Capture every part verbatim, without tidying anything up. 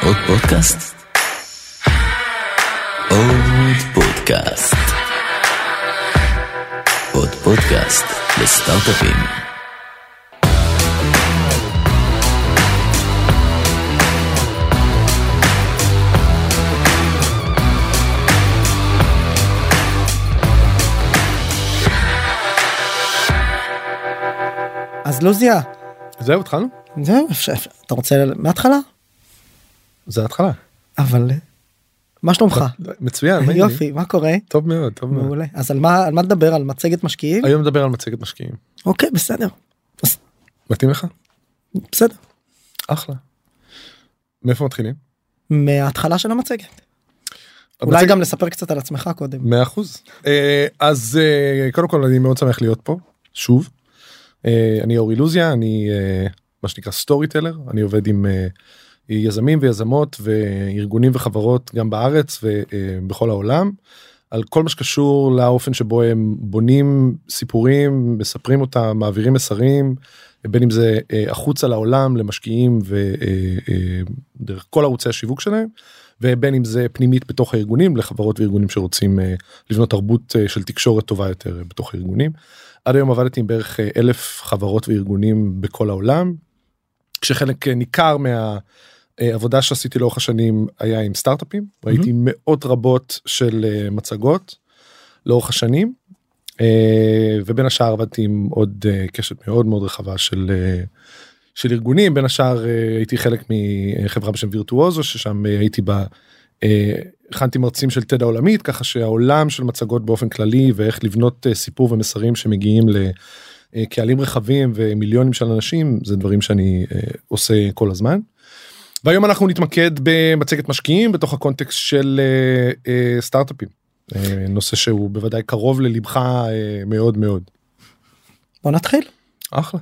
עוד פודקאסט? עוד פודקאסט. עוד פודקאסט לסטארט-אפים. אז לוזיה. זהו, התחלנו? זהו, אפשר, אתה רוצה מההתחלה? זה ההתחלה. אבל, מה שלומך? מצוין. יופי, מה קורה? טוב מאוד, טוב מאוד. מעולה. אז על מה, על מה תדבר? על מצגת משקיעים? היום נדבר על מצגת משקיעים. אוקיי, בסדר. מתאים לך? בסדר. אחלה. מאיפה מתחילים? מההתחלה של המצגת. אולי גם לספר קצת על עצמך קודם. מאה אחוז. אז קודם כל אני מאוד שמח להיות פה, שוב. אני אורי לוזיה, אני מה שנקרא סטורי טלר, אני עובד עם יזמים ויזמות וארגונים וחברות גם בארץ ובכל העולם, על כל מה שקשור לאופן שבו הם בונים סיפורים, מספרים אותם, מעבירים מסרים, בין אם זה החוצה לעולם למשקיעים ודרך כל ערוצי השיווק שלהם, ובין אם זה פנימית בתוך הארגונים לחברות וארגונים שרוצים לבנות תרבות של תקשורת טובה יותר בתוך הארגונים. עד היום עבדתי עם בערך אלף חברות וארגונים בכל העולם, כשחלק ניכר מהעבודה שעשיתי לאורך השנים היה עם סטארט-אפים, mm-hmm. ראיתי מאות רבות של מצגות לאורך השנים, ובין השאר עבדתי עם עוד קשת מאוד מאוד רחבה של, של ארגונים, בין השאר הייתי חלק מחברה בשם וירטואוזו, ששם הייתי בה, הכנתי מרצים של תדע עולמית, ככה שהעולם של מצגות באופן כללי, ואיך לבנות סיפור ומסרים שמגיעים לקהלים רחבים ומיליונים של אנשים, זה דברים שאני עושה כל הזמן. והיום אנחנו נתמקד במצגת משקיעים, בתוך הקונטקסט של סטארט-אפים. נושא שהוא בוודאי קרוב ללבך מאוד מאוד. בוא נתחיל. אחלה.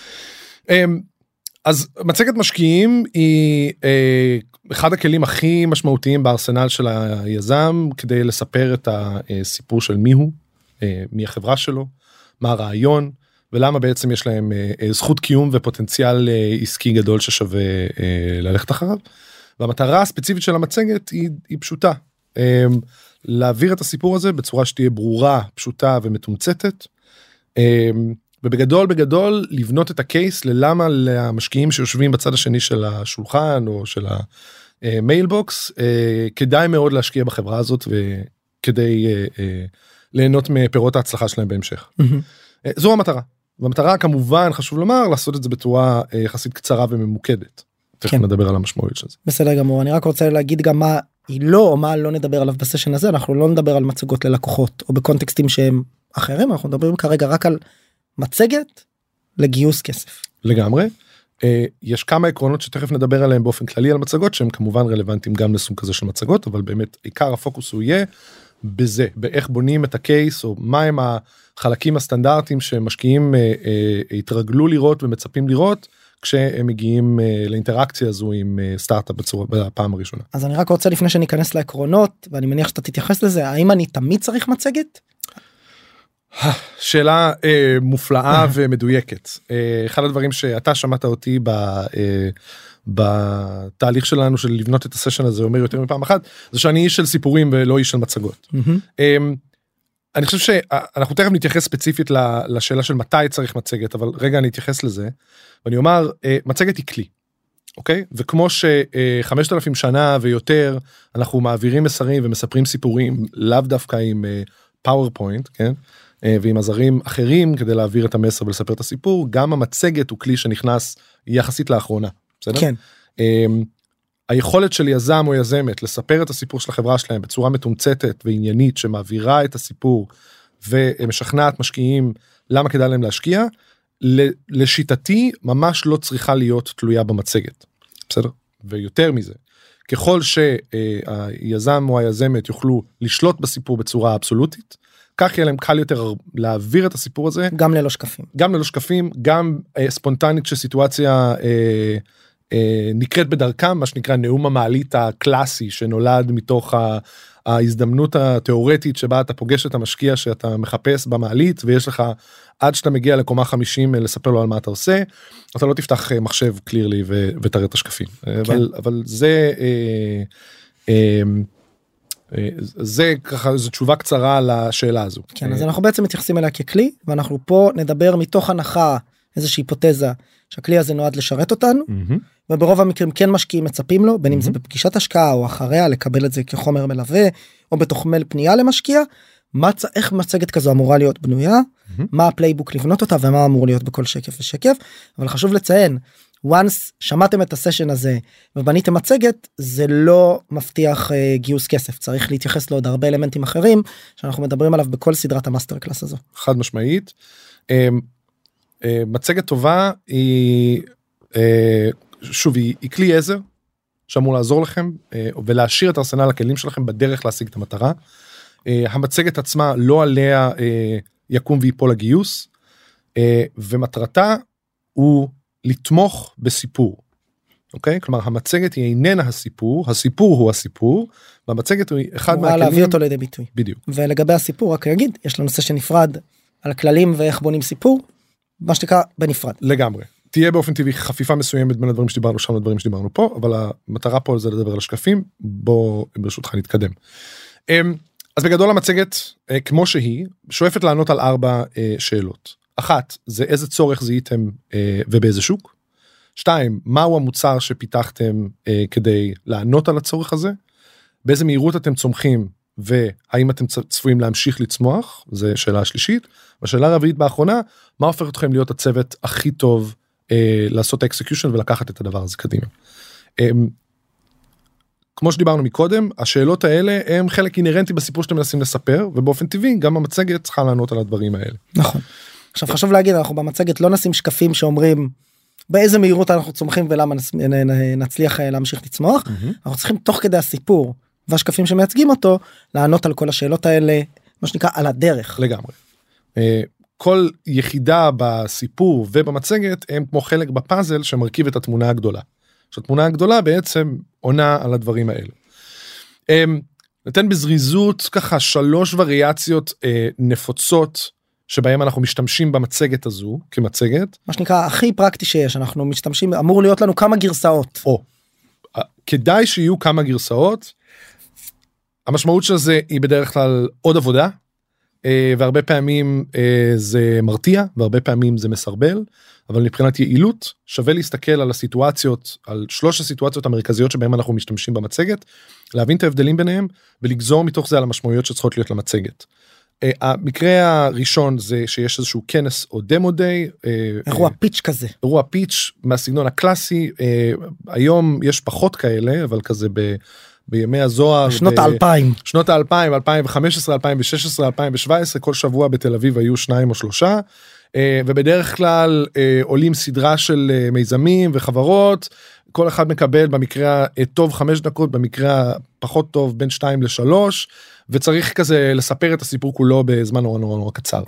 אז מצגת משקיעים היא אחד הכלים הכי משמעותיים בארסנל של היזם, כדי לספר את הסיפור של מי הוא, מי החברה שלו, מה הרעיון, ולמה בעצם יש להם זכות קיום ופוטנציאל עסקי גדול ששווה ללכת אחריו. והמטרה הספציפית של המצגת היא, היא פשוטה, להעביר את הסיפור הזה בצורה שתהיה ברורה, פשוטה ומתומצתת, ובגדול בגדול לבנות את הקייס ללמה למשקיעים שיושבים בצד השני של השולחן או של המיילבוקס, כדאי מאוד להשקיע בחברה הזאת וכדי ליהנות מפירות ההצלחה שלהם בהמשך. זו המטרה. והמטרה כמובן חשוב לומר לעשות את זה בצורה יחסית קצרה וממוקדת. תכף נדבר על המשמעות של זה. בסדר גמור, אני רק רוצה להגיד גם מה היא לא או מה לא נדבר עליו בסשן הזה, אנחנו לא נדבר על מצגות ללקוחות או בקונטקסטים שהם אחרים, אנחנו מדברים כרגע רק על מצגת לגיוס כסף. לגמרי. יש כמה עקרונות שתכף נדבר עליהם באופן כללי על מצגות, שהם כמובן רלוונטיים גם לסוג כזה של מצגות, אבל באמת עיקר הפוקוס הוא יהיה בזה, באיך בונים את הקייס, או מהם החלקים הסטנדרטיים שמשקיעים התרגלו לראות ומצפים לראות, כשהם מגיעים לאינטראקציה הזו עם סטארט-אפ בצורה, בפעם הראשונה. אז אני רק רוצה לפני שניכנס לעקרונות, ואני מניח שאתה תתייחס לזה, האם אני תמיד צריך מצגת? שאלה אה, מופלאה ומדויקת. אה, אחד הדברים שאתה שמעת אותי ב, אה, בתהליך שלנו של לבנות את הסשן הזה אומר יותר מפעם אחת, זה שאני איש של סיפורים ולא איש של מצגות. אה, אני חושב שאנחנו תכף נתייחס ספציפית לשאלה של מתי צריך מצגת, אבל רגע אני אתייחס לזה, ואני אומר, אה, מצגת היא כלי, אוקיי? וכמו שחמשת אלפים שנה ויותר אנחנו מעבירים מסרים ומספרים סיפורים, לאו דווקא עם פאורפוינט, כן? ועם עזרים אחרים כדי להעביר את המסר ולספר את הסיפור, גם המצגת הוא כלי שנכנס יחסית לאחרונה, בסדר? כן. היכולת של יזם או יזמת לספר את הסיפור של החברה שלהם בצורה מתומצתת ועניינית שמעבירה את הסיפור ומשכנעת משקיעים למה כדאי להם להשקיע, לשיטתי ממש לא צריכה להיות תלויה במצגת, בסדר? ויותר מזה, ככל שהיזם או היזמת יוכלו לשלוט בסיפור בצורה אבסולוטית, כך יהיה להם קל יותר להעביר את הסיפור הזה. גם ללא שקפים. גם ללא שקפים, גם אה, ספונטנית שסיטואציה אה, אה, נקראת בדרכם, מה שנקרא נאום המעלית הקלאסי, שנולד מתוך ההזדמנות התיאורטית שבה אתה פוגש את המשקיע שאתה מחפש במעלית, ויש לך עד שאתה מגיע לקומה חמישים לספר לו על מה אתה עושה, אתה לא תפתח מחשב קלירלי ותראה את השקפים. כן. אבל, אבל זה, אה, אה, אה, זה ככה, זו תשובה קצרה לשאלה הזו. כן, אז אנחנו בעצם מתייחסים אליה ככלי, ואנחנו פה נדבר מתוך הנחה, איזושהי היפותזה, שהכלי הזה נועד לשרת אותנו, mm-hmm. וברוב המקרים כן משקיעים מצפים לו, בין mm-hmm. אם זה בפגישת השקעה או אחריה, לקבל את זה כחומר מלווה, או בתוך מייל פנייה למשקיע, מצ... איך מצגת כזו אמורה להיות בנויה, mm-hmm. מה הפלייבוק לבנות אותה, ומה אמור להיות בכל שקף ושקף, אבל חשוב לציין, once שמעתם את הסשן הזה, ובניתם מצגת, זה לא מבטיח uh, גיוס כסף, צריך להתייחס לעוד הרבה אלמנטים אחרים, שאנחנו מדברים עליו בכל סדרת המאסטר קלאס הזו. חד משמעית, um... מצגת טובה היא, שוב, היא, היא כלי עזר שאמור לעזור לכם ולהשאיר את ארסנל הכלים שלכם בדרך להשיג את המטרה. המצגת עצמה לא עליה יקום ויפול הגיוס, ומטרתה הוא לתמוך בסיפור. אוקיי? כלומר, המצגת היא איננה הסיפור, הסיפור הוא הסיפור, והמצגת היא אחד מהכלים... אמורה להביא אותו לידי ביטוי. בדיוק. ולגבי הסיפור, רק אגיד, יש לנו נושא שנפרד על הכללים ואיך בונים סיפור, מה שתקרא בנפרד. לגמרי. תהיה באופן טבעי חפיפה מסוימת בין הדברים שדיברנו שם לדברים שדיברנו פה, אבל המטרה פה זה לדבר על השקפים, בוא ברשותך נתקדם. אז בגדול המצגת, כמו שהיא, שואפת לענות על ארבע שאלות. אחת, זה איזה צורך זיהיתם ובאיזה שוק. שתיים, מהו המוצר שפיתחתם כדי לענות על הצורך הזה. באיזה מהירות אתם צומחים, והאם אתם צפויים להמשיך לצמוח, זו שאלה השלישית. והשאלה הרביעית באחרונה, מה הופך אתכם להיות הצוות הכי טוב אה, לעשות האקסקיושן ולקחת את הדבר הזה קדימה. אה, כמו שדיברנו מקודם, השאלות האלה הם חלק אינרנטי בסיפור שאתם מנסים לספר, ובאופן טבעי גם המצגת צריכה לענות על הדברים האלה. נכון. עכשיו חשוב להגיד, אנחנו במצגת לא נשים שקפים שאומרים, באיזה מהירות אנחנו צומחים ולמה נצליח להמשיך לצמוח, mm-hmm. אנחנו צריכים תוך כדי הסיפור, והשקפים שמייצגים אותו, לענות על כל השאלות האלה, מה שנקרא, על הדרך. לגמרי. כל יחידה בסיפור ובמצגת, הם כמו חלק בפאזל שמרכיב את התמונה הגדולה. שהתמונה הגדולה בעצם עונה על הדברים האלה. נתן בזריזות ככה שלוש וריאציות נפוצות, שבהם אנחנו משתמשים במצגת הזו, כמצגת. מה שנקרא, הכי פרקטי שיש, אנחנו משתמשים, אמור להיות לנו כמה גרסאות. או, כדאי שיהיו כמה גרסאות, המשמעות של זה היא בדרך כלל עוד עבודה, והרבה פעמים זה מרתיע, והרבה פעמים זה מסרבל, אבל מבחינת יעילות, שווה להסתכל על הסיטואציות, על שלוש הסיטואציות המרכזיות שבהן אנחנו משתמשים במצגת, להבין את ההבדלים ביניהם, ולגזור מתוך זה על המשמעויות שצריכות להיות למצגת. המקרה הראשון זה שיש איזשהו כנס או דמו דיי. אירוע פיץ' כזה. אירוע פיץ' מהסגנון הקלאסי, היום יש פחות כאלה, אבל כזה ב... בימי הזוהר, שנות האלפיים, שנות האלפיים, אלפיים וחמש עשרה, אלפיים ושש עשרה, אלפיים ושבע עשרה, כל שבוע בתל אביב היו שניים או שלושה, ובדרך כלל עולים סדרה של מיזמים וחברות, כל אחד מקבל במקרה טוב חמש דקות, במקרה פחות טוב בין שתיים לשלוש, וצריך כזה לספר את הסיפור כולו בזמן נורא נורא נורא קצר.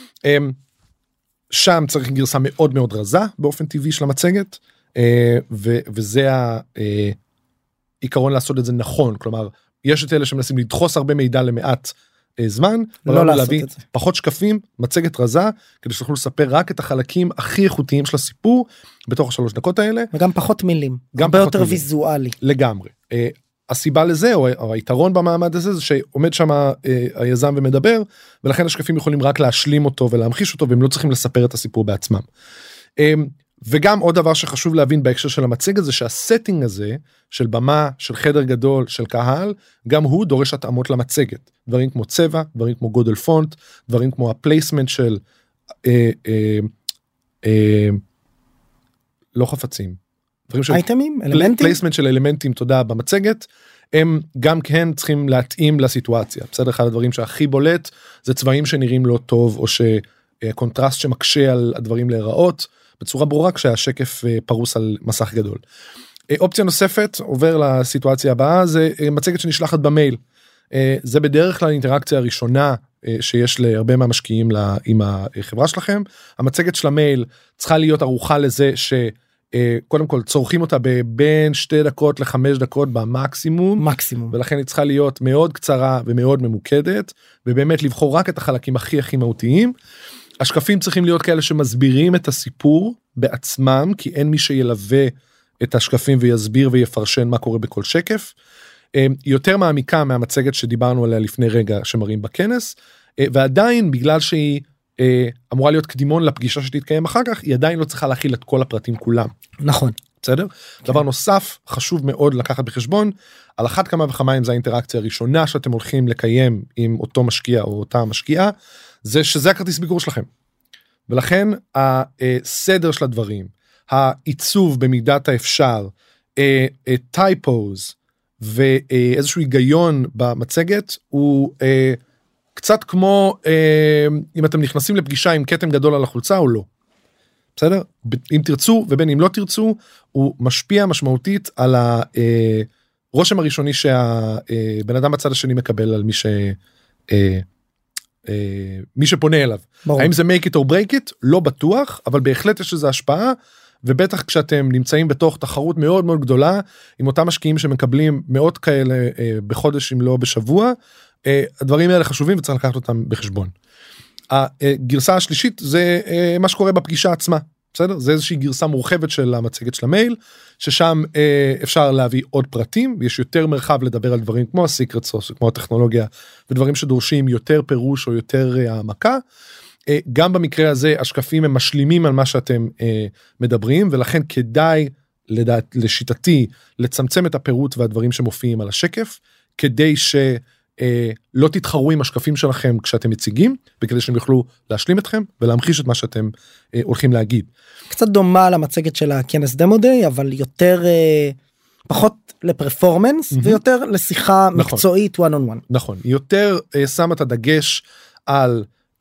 שם צריך גרסה מאוד מאוד רזה, באופן טבעי של המצגת, וזה ה... עיקרון לעשות את זה נכון, כלומר, יש את אלה שמנסים לדחוס הרבה מידע למעט אה, זמן, לא לעשות את זה. פחות שקפים, מצגת רזה, כדי שתוכלו לספר רק את החלקים הכי איכותיים של הסיפור, בתוך השלוש דקות האלה. וגם פחות מילים, גם הרבה יותר מילים. ויזואלי. לגמרי. אה, הסיבה לזה, או, או היתרון במעמד הזה, זה שעומד שם אה, היזם ומדבר, ולכן השקפים יכולים רק להשלים אותו ולהמחיש אותו, והם לא צריכים לספר את הסיפור בעצמם. אה, וגם עוד דבר שחשוב להבין בהקשר של המצגת זה שהסטינג הזה של במה, של חדר גדול, של קהל, גם הוא דורש התאמות למצגת. דברים כמו צבע, דברים כמו גודל פונט, דברים כמו הפלייסמנט של אה, אה, אה, לא חפצים. אייטמים, אלמנטים? פלייסמנט של אלמנטים, תודה, במצגת, הם גם כן צריכים להתאים לסיטואציה. בסדר, אחד הדברים שהכי בולט זה צבעים שנראים לא טוב, או שקונטרסט שמקשה על הדברים להיראות, בצורה ברורה כשהשקף פרוס על מסך גדול. אופציה נוספת, עובר לסיטואציה הבאה, זה מצגת שנשלחת במייל. זה בדרך כלל האינטראקציה הראשונה שיש להרבה מהמשקיעים עם החברה שלכם. המצגת של המייל צריכה להיות ערוכה לזה קודם כל צורכים אותה בין שתי דקות לחמש דקות במקסימום, מקסימום, ולכן היא צריכה להיות מאוד קצרה ומאוד ממוקדת, ובאמת לבחור רק את החלקים הכי הכי מהותיים. השקפים צריכים להיות כאלה שמסבירים את הסיפור בעצמם, כי אין מי שילווה את השקפים ויסביר ויפרשן מה קורה בכל שקף. יותר מעמיקה מהמצגת שדיברנו עליה לפני רגע שמראים בכנס, ועדיין בגלל שהיא אמורה להיות קדימון לפגישה שתתקיים אחר כך, היא עדיין לא צריכה להכיל את כל הפרטים כולם. נכון. בסדר? כן. דבר נוסף, חשוב מאוד לקחת בחשבון, על אחת כמה וכמה אם זו האינטראקציה הראשונה שאתם הולכים לקיים עם אותו משקיע או אותה משקיעה, זה שזה הכרטיס ביקור שלכם. ולכן הסדר של הדברים, העיצוב במידת האפשר, טייפוז ואיזשהו היגיון במצגת, הוא קצת כמו אם אתם נכנסים לפגישה עם כתם גדול על החולצה או לא. בסדר? אם תרצו ובין אם לא תרצו, הוא משפיע משמעותית על הרושם הראשוני שהבן אדם בצד השני מקבל על מי ש... מי שפונה אליו. ברור. האם זה make it or break it? לא בטוח, אבל בהחלט יש איזו השפעה, ובטח כשאתם נמצאים בתוך תחרות מאוד מאוד גדולה, עם אותם משקיעים שמקבלים מאות כאלה בחודש אם לא בשבוע, הדברים האלה חשובים וצריך לקחת אותם בחשבון. הגרסה השלישית זה מה שקורה בפגישה עצמה, בסדר? זה איזושהי גרסה מורחבת של המצגת של המייל, ששם אפשר להביא עוד פרטים, ויש יותר מרחב לדבר על דברים כמו הסיקרט סוס, כמו הטכנולוגיה, ודברים שדורשים יותר פירוש או יותר העמקה. גם במקרה הזה השקפים הם משלימים על מה שאתם מדברים, ולכן כדאי לדעת, לשיטתי לצמצם את הפירוט והדברים שמופיעים על השקף, כדי ש... לא תתחרו עם השקפים שלכם כשאתם מציגים, וכדי שהם יוכלו להשלים אתכם ולהמחיש את מה שאתם הולכים להגיד. קצת דומה למצגת של הכנס דמו דיי, אבל יותר פחות לפרפורמנס ויותר לשיחה מקצועית one on one. נכון, יותר שם את הדגש על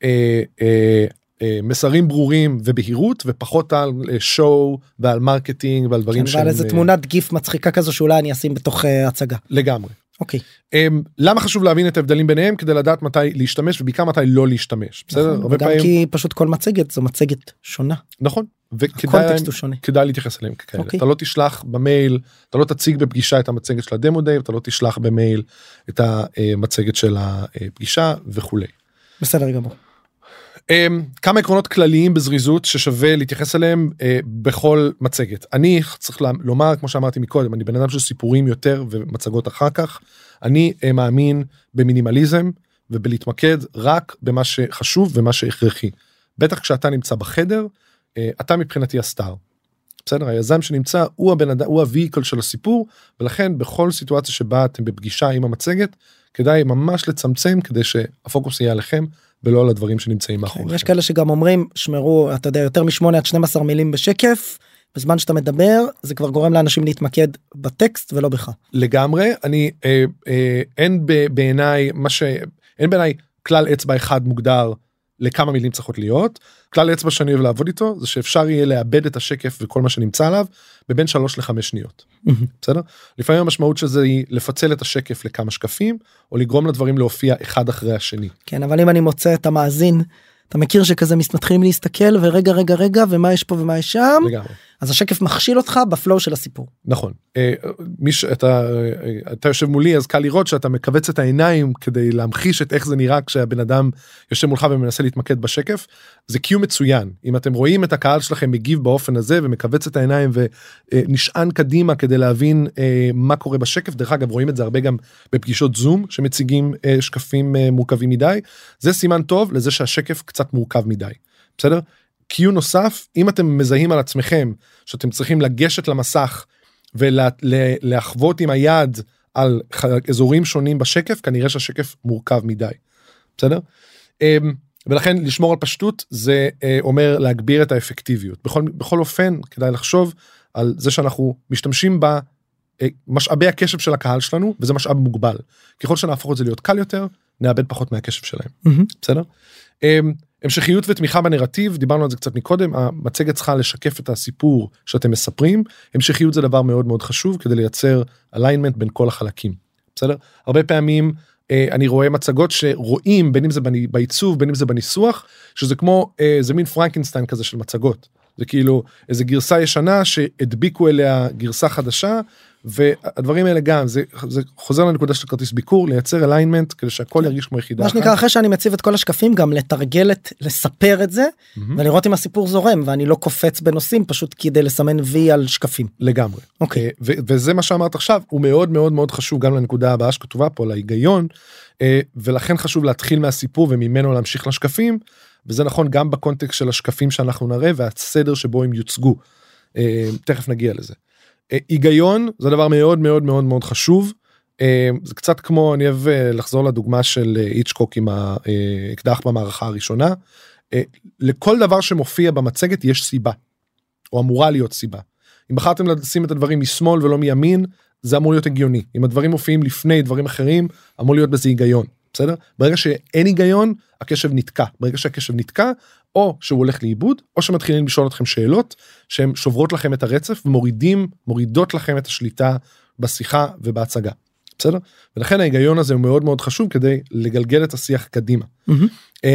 מסרים ברורים ובהירות, ופחות על שואו ועל מרקטינג ועל דברים שהם... ועל איזה תמונת גיף מצחיקה כזו שאולי אני אשים בתוך הצגה. לגמרי. אוקיי. למה חשוב להבין את ההבדלים ביניהם? כדי לדעת מתי להשתמש ובעיקר מתי לא להשתמש. בסדר? וגם כי פשוט כל מצגת זו מצגת שונה. נכון. הקונטקסט הוא שונה. כדאי להתייחס אליהם כאלה. אתה לא תשלח במייל, אתה לא תציג בפגישה את המצגת של הדמו דיי, אתה לא תשלח במייל את המצגת של הפגישה וכו'. בסדר גמור. כמה עקרונות כלליים בזריזות ששווה להתייחס אליהם בכל מצגת. אני צריך לומר, כמו שאמרתי מקודם, אני בן אדם של סיפורים יותר ומצגות אחר כך. אני מאמין במינימליזם ובלהתמקד רק במה שחשוב ומה שהכרחי. בטח כשאתה נמצא בחדר, אתה מבחינתי הסטאר. בסדר? היזם שנמצא הוא הבן אדם, הוא הוויקל של הסיפור, ולכן בכל סיטואציה שבה אתם בפגישה עם המצגת, כדאי ממש לצמצם כדי שהפוקוס יהיה עליכם, ולא על הדברים שנמצאים מאחוריכם. יש כאלה שגם אומרים, שמרו, אתה יודע, יותר משמונה עד שתים עשרה מילים בשקף, בזמן שאתה מדבר, זה כבר גורם לאנשים להתמקד בטקסט ולא בך. לגמרי, אני, אה, אה, אין בעיניי, מה ש... אין בעיניי כלל אצבע אחד מוגדר לכמה מילים צריכות להיות. כלל אצבע שאני אוהב לעבוד איתו, זה שאפשר יהיה לאבד את השקף וכל מה שנמצא עליו, בבין שלוש לחמש שניות. בסדר? לפעמים המשמעות של זה היא לפצל את השקף לכמה שקפים, או לגרום לדברים להופיע אחד אחרי השני. כן, אבל אם אני מוצא את המאזין, אתה מכיר שכזה מתחילים להסתכל, ורגע, רגע, רגע, ומה יש פה ומה יש שם? לגמרי. אז השקף מכשיל אותך בפלואו של הסיפור. נכון. מי שאתה, אתה יושב מולי, אז קל לראות שאתה מקבץ את העיניים כדי להמחיש את איך זה נראה כשהבן אדם יושב מולך ומנסה להתמקד בשקף. זה קיום מצוין. אם אתם רואים את הקהל שלכם מגיב באופן הזה ומקבץ את העיניים ונשען קדימה כדי להבין מה קורה בשקף. דרך אגב, רואים את זה הרבה גם בפגישות זום שמציגים שקפים מורכבים מדי. זה סימן טוב לזה שהשקף קצת מורכב מדי. בסדר? קיו נוסף, אם אתם מזהים על עצמכם שאתם צריכים לגשת למסך ולהחוות עם היד על אזורים שונים בשקף, כנראה שהשקף מורכב מדי. בסדר? ולכן לשמור על פשטות זה אומר להגביר את האפקטיביות. בכל, בכל אופן כדאי לחשוב על זה שאנחנו משתמשים במשאבי הקשב של הקהל שלנו, וזה משאב מוגבל. ככל שנהפוך את זה להיות קל יותר, נאבד פחות מהקשב שלהם. Mm-hmm. בסדר? המשכיות ותמיכה בנרטיב, דיברנו על זה קצת מקודם, המצגת צריכה לשקף את הסיפור שאתם מספרים, המשכיות זה דבר מאוד מאוד חשוב, כדי לייצר alignment בין כל החלקים, בסדר? הרבה פעמים אני רואה מצגות שרואים, בין אם זה בעיצוב, בין אם זה בניסוח, שזה כמו, זה מין פרנקנסטיין כזה של מצגות, זה כאילו איזה גרסה ישנה שהדביקו אליה גרסה חדשה, והדברים האלה גם, זה, זה חוזר לנקודה של כרטיס ביקור, לייצר אליינמנט כדי שהכל ירגיש כמו יחידה. מה שנקרא, אחרי שאני מציב את כל השקפים, גם לתרגל את, לספר את זה, mm-hmm. ולראות אם הסיפור זורם, ואני לא קופץ בנושאים, פשוט כדי לסמן וי על שקפים. לגמרי. אוקיי. ו- וזה מה שאמרת עכשיו, הוא מאוד מאוד מאוד חשוב, גם לנקודה הבאה שכתובה פה, להיגיון, ולכן חשוב להתחיל מהסיפור, וממנו להמשיך לשקפים, וזה נכון גם בקונטקסט של השקפים שאנחנו נראה, והסדר שבו הם יוצגו. תכף נגיע לזה. היגיון זה דבר מאוד מאוד מאוד מאוד חשוב, זה קצת כמו, אני אוהב לחזור לדוגמה של היצ'קוק עם האקדח במערכה הראשונה, לכל דבר שמופיע במצגת יש סיבה, או אמורה להיות סיבה. אם בחרתם לשים את הדברים משמאל ולא מימין, זה אמור להיות הגיוני. אם הדברים מופיעים לפני דברים אחרים, אמור להיות בזה היגיון, בסדר? ברגע שאין היגיון, הקשב נתקע. ברגע שהקשב נתקע, או שהוא הולך לאיבוד, או שמתחילים לשאול אתכם שאלות, שהן שוברות לכם את הרצף, ומורידים, מורידות לכם את השליטה בשיחה ובהצגה. בסדר? ולכן ההיגיון הזה הוא מאוד מאוד חשוב, כדי לגלגל את השיח קדימה. Mm-hmm.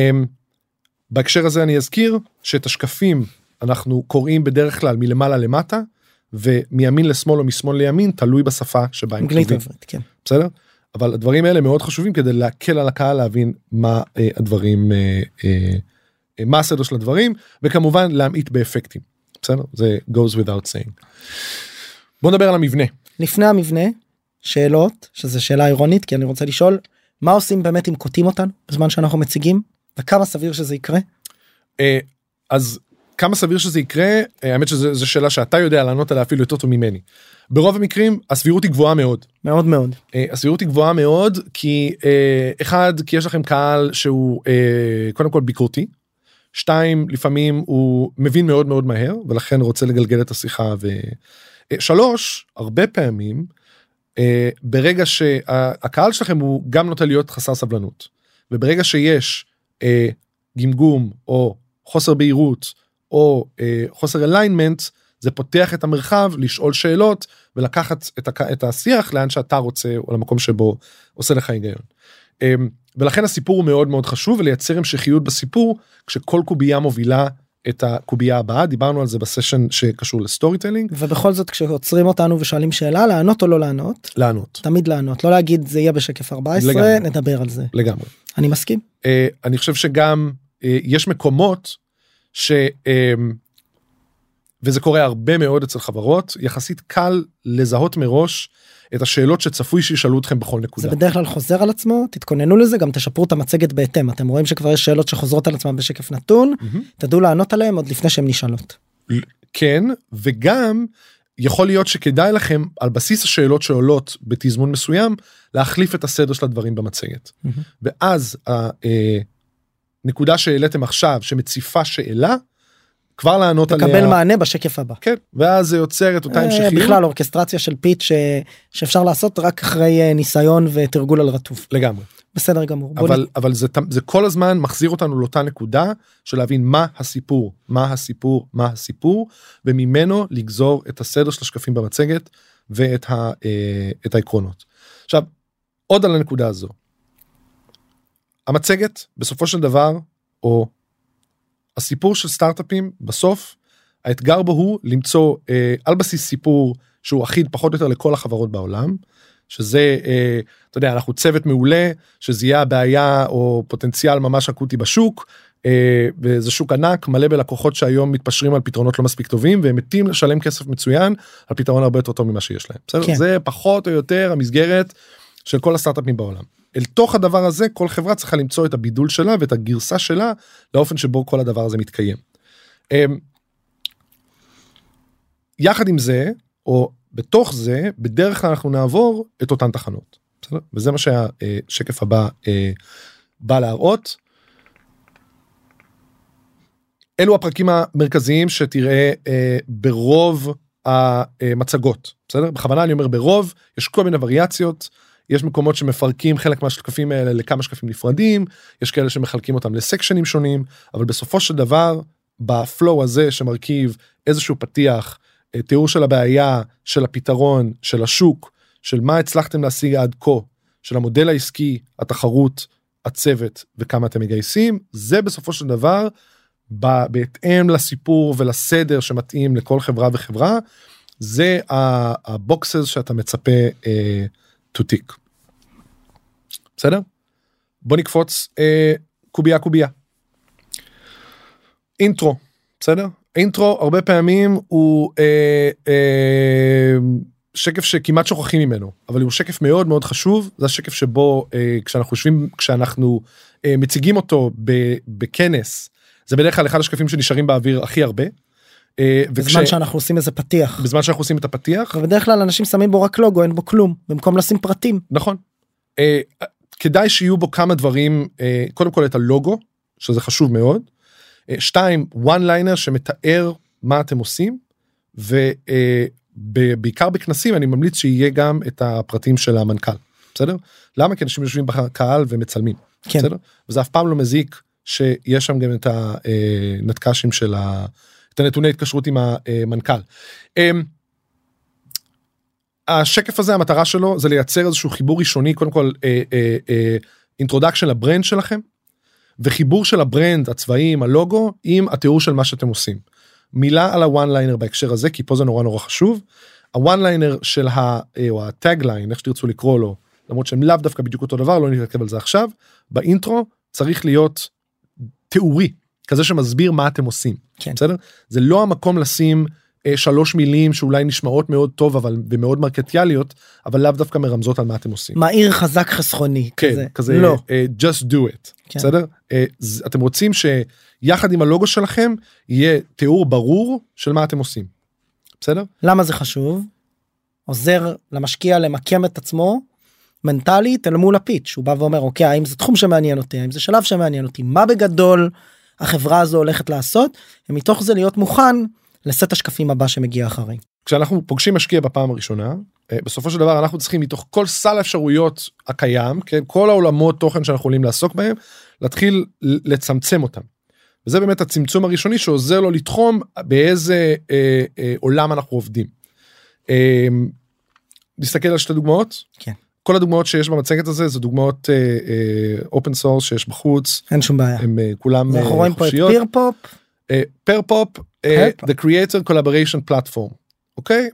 בהקשר הזה אני אזכיר, שאת השקפים אנחנו קוראים בדרך כלל מלמעלה למטה, ומימין לשמאל או משמאל לימין, תלוי בשפה שבה הם כתובים. כן. בסדר? אבל הדברים האלה מאוד חשובים, כדי להקל על הקהל להבין מה אה, הדברים, אה, אה, מה הסדר של הדברים, וכמובן להמעיט באפקטים. בסדר? זה goes without saying. בוא נדבר על המבנה. לפני המבנה, שאלות, שזו שאלה אירונית, כי אני רוצה לשאול, מה עושים באמת אם קוטעים אותנו, בזמן שאנחנו מציגים, וכמה סביר שזה יקרה? אה, אז כמה סביר שזה יקרה, האמת שזו שאלה שאתה יודע לענות עליה אפילו יותר טוב ממני. ברוב המקרים, הסבירות היא גבוהה מאוד. מאוד מאוד. הסבירות היא גבוהה מאוד, כי אחד, כי יש לכם קהל שהוא קודם כל ביקורתי, שתיים, לפעמים הוא מבין מאוד מאוד מהר, ולכן רוצה לגלגל את השיחה, ושלוש, הרבה פעמים, ברגע שהקהל שלכם הוא גם נוטה להיות חסר סבלנות, וברגע שיש גמגום או חוסר בהירות, או אה, חוסר אליינמנט, זה פותח את המרחב לשאול שאלות, ולקחת את, ה- את השיח לאן שאתה רוצה, או למקום שבו עושה לך היגיון. אה, ולכן הסיפור הוא מאוד מאוד חשוב, ולייצר המשכיות בסיפור, כשכל קובייה מובילה את הקובייה הבאה, דיברנו על זה בסשן שקשור לסטורי טלינג. ובכל זאת כשעוצרים אותנו ושואלים שאלה, לענות או לא לענות? לענות. תמיד לענות, לא להגיד זה יהיה בשקף ארבע עשרה, לגמרי. נדבר על זה. לגמרי. אני מסכים. אה, אני חושב שגם אה, יש מקומות, ש... וזה קורה הרבה מאוד אצל חברות, יחסית קל לזהות מראש את השאלות שצפוי שישאלו אתכם בכל נקודה. זה בדרך כלל חוזר על עצמו, תתכוננו לזה, גם תשפרו את המצגת בהתאם, אתם רואים שכבר יש שאלות שחוזרות על עצמם בשקף נתון, mm-hmm. תדעו לענות עליהם עוד לפני שהן נשאלות. כן, וגם יכול להיות שכדאי לכם, על בסיס השאלות שעולות בתזמון מסוים, להחליף את הסדר של הדברים במצגת. Mm-hmm. ואז הנקודה שהעליתם עכשיו, שמציפה שאלה, כבר לענות עליה. תקבל מענה בשקף הבא. כן, ואז זה יוצר את אותה המשכיות. בכלל אורקסטרציה של פיץ' ש... שאפשר לעשות רק אחרי ניסיון ותרגול על רטוב. לגמרי. בסדר גמור. אבל, אבל זה, זה כל הזמן מחזיר אותנו לאותה נקודה של להבין מה הסיפור, מה הסיפור, מה הסיפור, וממנו לגזור את הסדר של השקפים במצגת ואת ה, את העקרונות. עכשיו, עוד על הנקודה הזו. המצגת, בסופו של דבר, או הסיפור של סטארט-אפים, בסוף, האתגר בו הוא למצוא אה, על בסיס סיפור שהוא אחיד פחות או יותר לכל החברות בעולם, שזה, אה, אתה יודע, אנחנו צוות מעולה, שזה יהיה הבעיה או פוטנציאל ממש אקוטי בשוק, אה, וזה שוק ענק, מלא בלקוחות שהיום מתפשרים על פתרונות לא מספיק טובים, והם מתים לשלם כסף מצוין, על פתרון הרבה יותר טוב ממה שיש להם. בסדר? כן. זה פחות או יותר המסגרת של כל הסטארט-אפים בעולם. אל תוך הדבר הזה, כל חברה צריכה למצוא את הבידול שלה, ואת הגרסה שלה, לאופן שבו כל הדבר הזה מתקיים. יחד עם זה, או בתוך זה, בדרך כלל אנחנו נעבור את אותן תחנות. בסדר? וזה מה שהשקף הבא בא להראות. אלו הפרקים המרכזיים שתראה ברוב המצגות. בסדר? בכוונה אני אומר ברוב, יש כל מיני וריאציות, יש מקומות שמפרקים חלק מהשקפים האלה לכמה שקפים נפרדים, יש כאלה שמחלקים אותם לסקשנים שונים, אבל בסופו של דבר, בפלואו הזה שמרכיב איזשהו פתיח, תיאור של הבעיה, של הפתרון, של השוק, של מה הצלחתם להשיג עד כה, של המודל העסקי, התחרות, הצוות וכמה אתם מגייסים, זה בסופו של דבר בהתאם לסיפור ולסדר שמתאים לכל חברה וחברה, זה הבוקסס שאתה מצפה to tick. בסדר? בוא נקפוץ קובייה קובייה. אינטרו, בסדר? אינטרו הרבה פעמים הוא אה, אה, שקף שכמעט שוכחים ממנו, אבל הוא שקף מאוד מאוד חשוב, זה השקף שבו אה, כשאנחנו חושבים, כשאנחנו אה, מציגים אותו בכנס, זה בדרך כלל אחד השקפים שנשארים באוויר הכי הרבה. אה, בזמן וכש... שאנחנו עושים איזה פתיח. בזמן שאנחנו עושים את הפתיח. ובדרך כלל אנשים שמים בו רק לוגו, אין בו כלום, במקום לשים פרטים. נכון. אה, כדאי שיהיו בו כמה דברים, אה, קודם כל את הלוגו, שזה חשוב מאוד, שתיים, one liner שמתאר מה אתם עושים, ובעיקר בכנסים אני ממליץ שיהיה גם את הפרטים של המנכ"ל, בסדר? למה? כי אנשים יושבים בקהל ומצלמים, כן. בסדר? וזה אף פעם לא מזיק שיש שם גם את הנתקשים של ה... את הנתוני התקשרות עם המנכ"ל. השקף הזה, המטרה שלו זה לייצר איזשהו חיבור ראשוני, קודם כל, אינטרודקשן לברנד שלכם, וחיבור של הברנד, הצבעים, הלוגו, עם התיאור של מה שאתם עושים. מילה על הוואן ליינר בהקשר הזה, כי פה זה נורא נורא חשוב. הוואן ליינר של ה... או הטאג ליין, איך שתרצו לקרוא לו, למרות שהם לאו דווקא בדיוק אותו דבר, לא נתעכב על זה עכשיו, באינטרו צריך להיות תיאורי, כזה שמסביר מה אתם עושים. כן. בסדר? זה לא המקום לשים אה, שלוש מילים שאולי נשמעות מאוד טוב, אבל ומאוד מרקטיאליות, אבל לאו דווקא מרמזות על מה אתם עושים. מהיר חזק חסכוני. כן, כזה. כזה, לא. uh, just do it. כן. בסדר? Uh, אתם רוצים שיחד עם הלוגו שלכם, יהיה תיאור ברור של מה אתם עושים. בסדר? למה זה חשוב? עוזר למשקיע למקם את עצמו, מנטלית אל מול הפיץ', הוא בא ואומר, אוקיי, האם זה תחום שמעניין אותי, האם זה שלב שמעניין אותי, מה בגדול החברה הזו הולכת לעשות, ומתוך זה להיות מוכן לסט השקפים הבא שמגיע אחרי. כשאנחנו פוגשים משקיע בפעם הראשונה, בסופו של דבר אנחנו צריכים מתוך כל סל האפשרויות הקיים, כן, כל העולמות תוכן שאנחנו יכולים לעסוק בהם, להתחיל לצמצם אותם. וזה באמת הצמצום הראשוני שעוזר לו לתחום באיזה אה, אה, עולם אנחנו עובדים. אה, נסתכל על שתי דוגמאות. כן. כל הדוגמאות שיש במצגת הזה, זה דוגמאות אופן סורס שיש בחוץ. אין שום בעיה. הם כולם חופשיות. אנחנו רואים פה את פירפופ. פירפופ, the creator collaboration platform. אוקיי?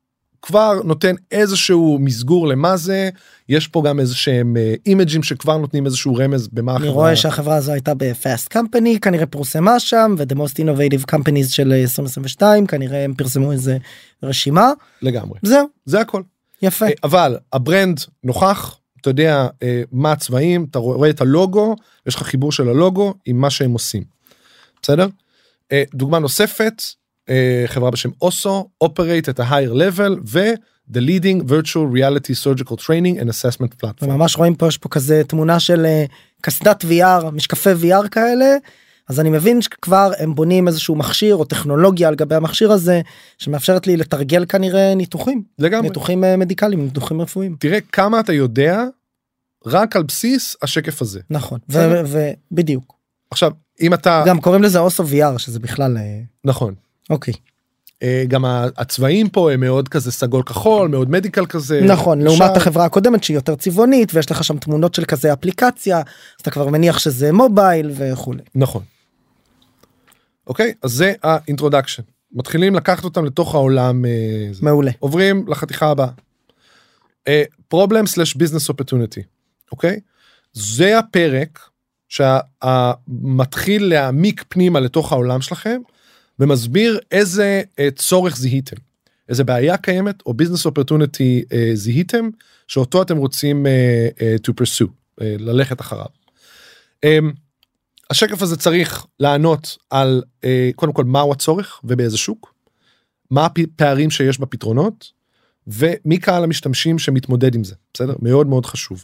כבר נותן איזשהו מסגור למה זה, יש פה גם איזשהם אימג'ים שכבר נותנים איזשהו רמז במה החברה. אני רואה שהחברה הזו הייתה ב-Fast Company, כנראה פורסמה שם, ו-The Most Innovative Companies של עשרים עשרים ושתיים, כנראה הם פרסמו איזה רשימה. לגמרי. זהו. זה הכל. יפה. אבל הברנד נוכח, אתה יודע מה הצבעים, אתה רואה את הלוגו, יש לך חיבור של הלוגו עם מה שהם עושים. בסדר? דוגמה נוספת, חברה בשם אוסו, operate at a higher level, ו-the leading virtual reality surgical training and assessment platform. וממש רואים פה, יש פה כזה תמונה של קסדת וי אר, משקפי וי אר כאלה, אז אני מבין שכבר הם בונים איזשהו מכשיר או טכנולוגיה על גבי המכשיר הזה, שמאפשרת לי לתרגל כנראה ניתוחים. לגמרי. ניתוחים מדיקליים, ניתוחים רפואיים. תראה כמה אתה יודע, רק על בסיס השקף הזה. נכון, ובדיוק. עכשיו, אם אתה... גם קוראים לזה אוסו וי אר, שזה בכלל... נכון. אוקיי. גם הצבעים פה הם מאוד כזה סגול כחול, מאוד מדיקל כזה. נכון, לעומת החברה הקודמת שהיא יותר צבעונית, ויש לך שם תמונות של כזה אפליקציה, אז אתה כבר מניח שזה מובייל וכו'. נכון. אוקיי, אז זה האינטרודקשן. מתחילים לקחת אותם לתוך העולם. מעולה. עוברים לחתיכה הבאה. Problem slash business opportunity. אוקיי? זה הפרק שמתחיל להעמיק פנימה לתוך העולם שלכם, ומסביר איזה צורך זיהיתם, איזה בעיה קיימת, או ביזנס אופרטוניטי זיהיתם, שאותו אתם רוצים to pursue, ללכת אחריו. השקף הזה צריך לענות על, קודם כל, מהו הצורך ובאיזה שוק, מה הפערים שיש בפתרונות, ומי קהל המשתמשים שמתמודד עם זה, בסדר? מאוד מאוד חשוב.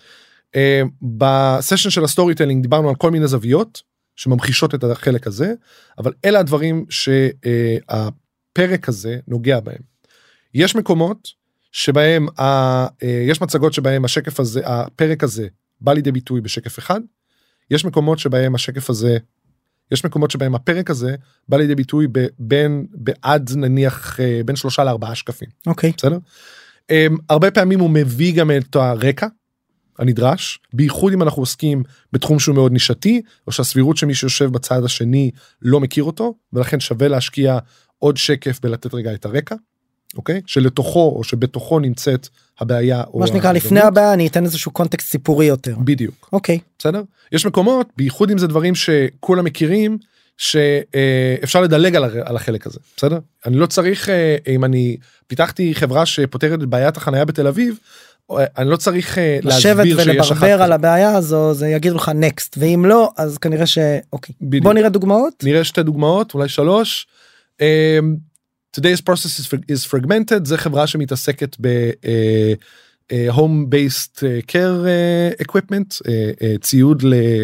בסשן של הסטורי טלינג דיברנו על כל מיני זוויות, שממחישות את החלק הזה, אבל אלה הדברים שהפרק הזה נוגע בהם. יש מקומות שבהם, יש מצגות שבהם השקף הזה, הפרק הזה, בא לידי ביטוי בשקף אחד, יש מקומות שבהם השקף הזה, יש מקומות שבהם הפרק הזה, בא לידי ביטוי בין, בעד נניח, בין שלושה לארבעה שקפים. אוקיי. בסדר? הרבה פעמים הוא מביא גם את הרקע, הנדרש, בייחוד אם אנחנו עוסקים בתחום שהוא מאוד נישתי, או שהסבירות שמי שיושב בצד השני לא מכיר אותו, ולכן שווה להשקיע עוד שקף ולתת רגע את הרקע, אוקיי? שלתוכו או שבתוכו נמצאת הבעיה. מה שנקרא, לפני הבעיה אני אתן איזשהו קונטקסט סיפורי יותר. בדיוק. אוקיי. בסדר? יש מקומות, בייחוד אם זה דברים שכולם מכירים, שאפשר לדלג על החלק הזה, בסדר? אני לא צריך, אם אני פיתחתי חברה שפותרת את בעיית החנייה בתל אביב, אני לא צריך לשבת ולברבר על הבעיה הזו, זה יגיד לך נקסט, ואם לא, אז כנראה ש... אוקיי. בוא נראה דוגמאות. נראה שתי דוגמאות, אולי שלוש. Today's process is fragmented, זה חברה שמתעסקת ב... home based care equipment, ציוד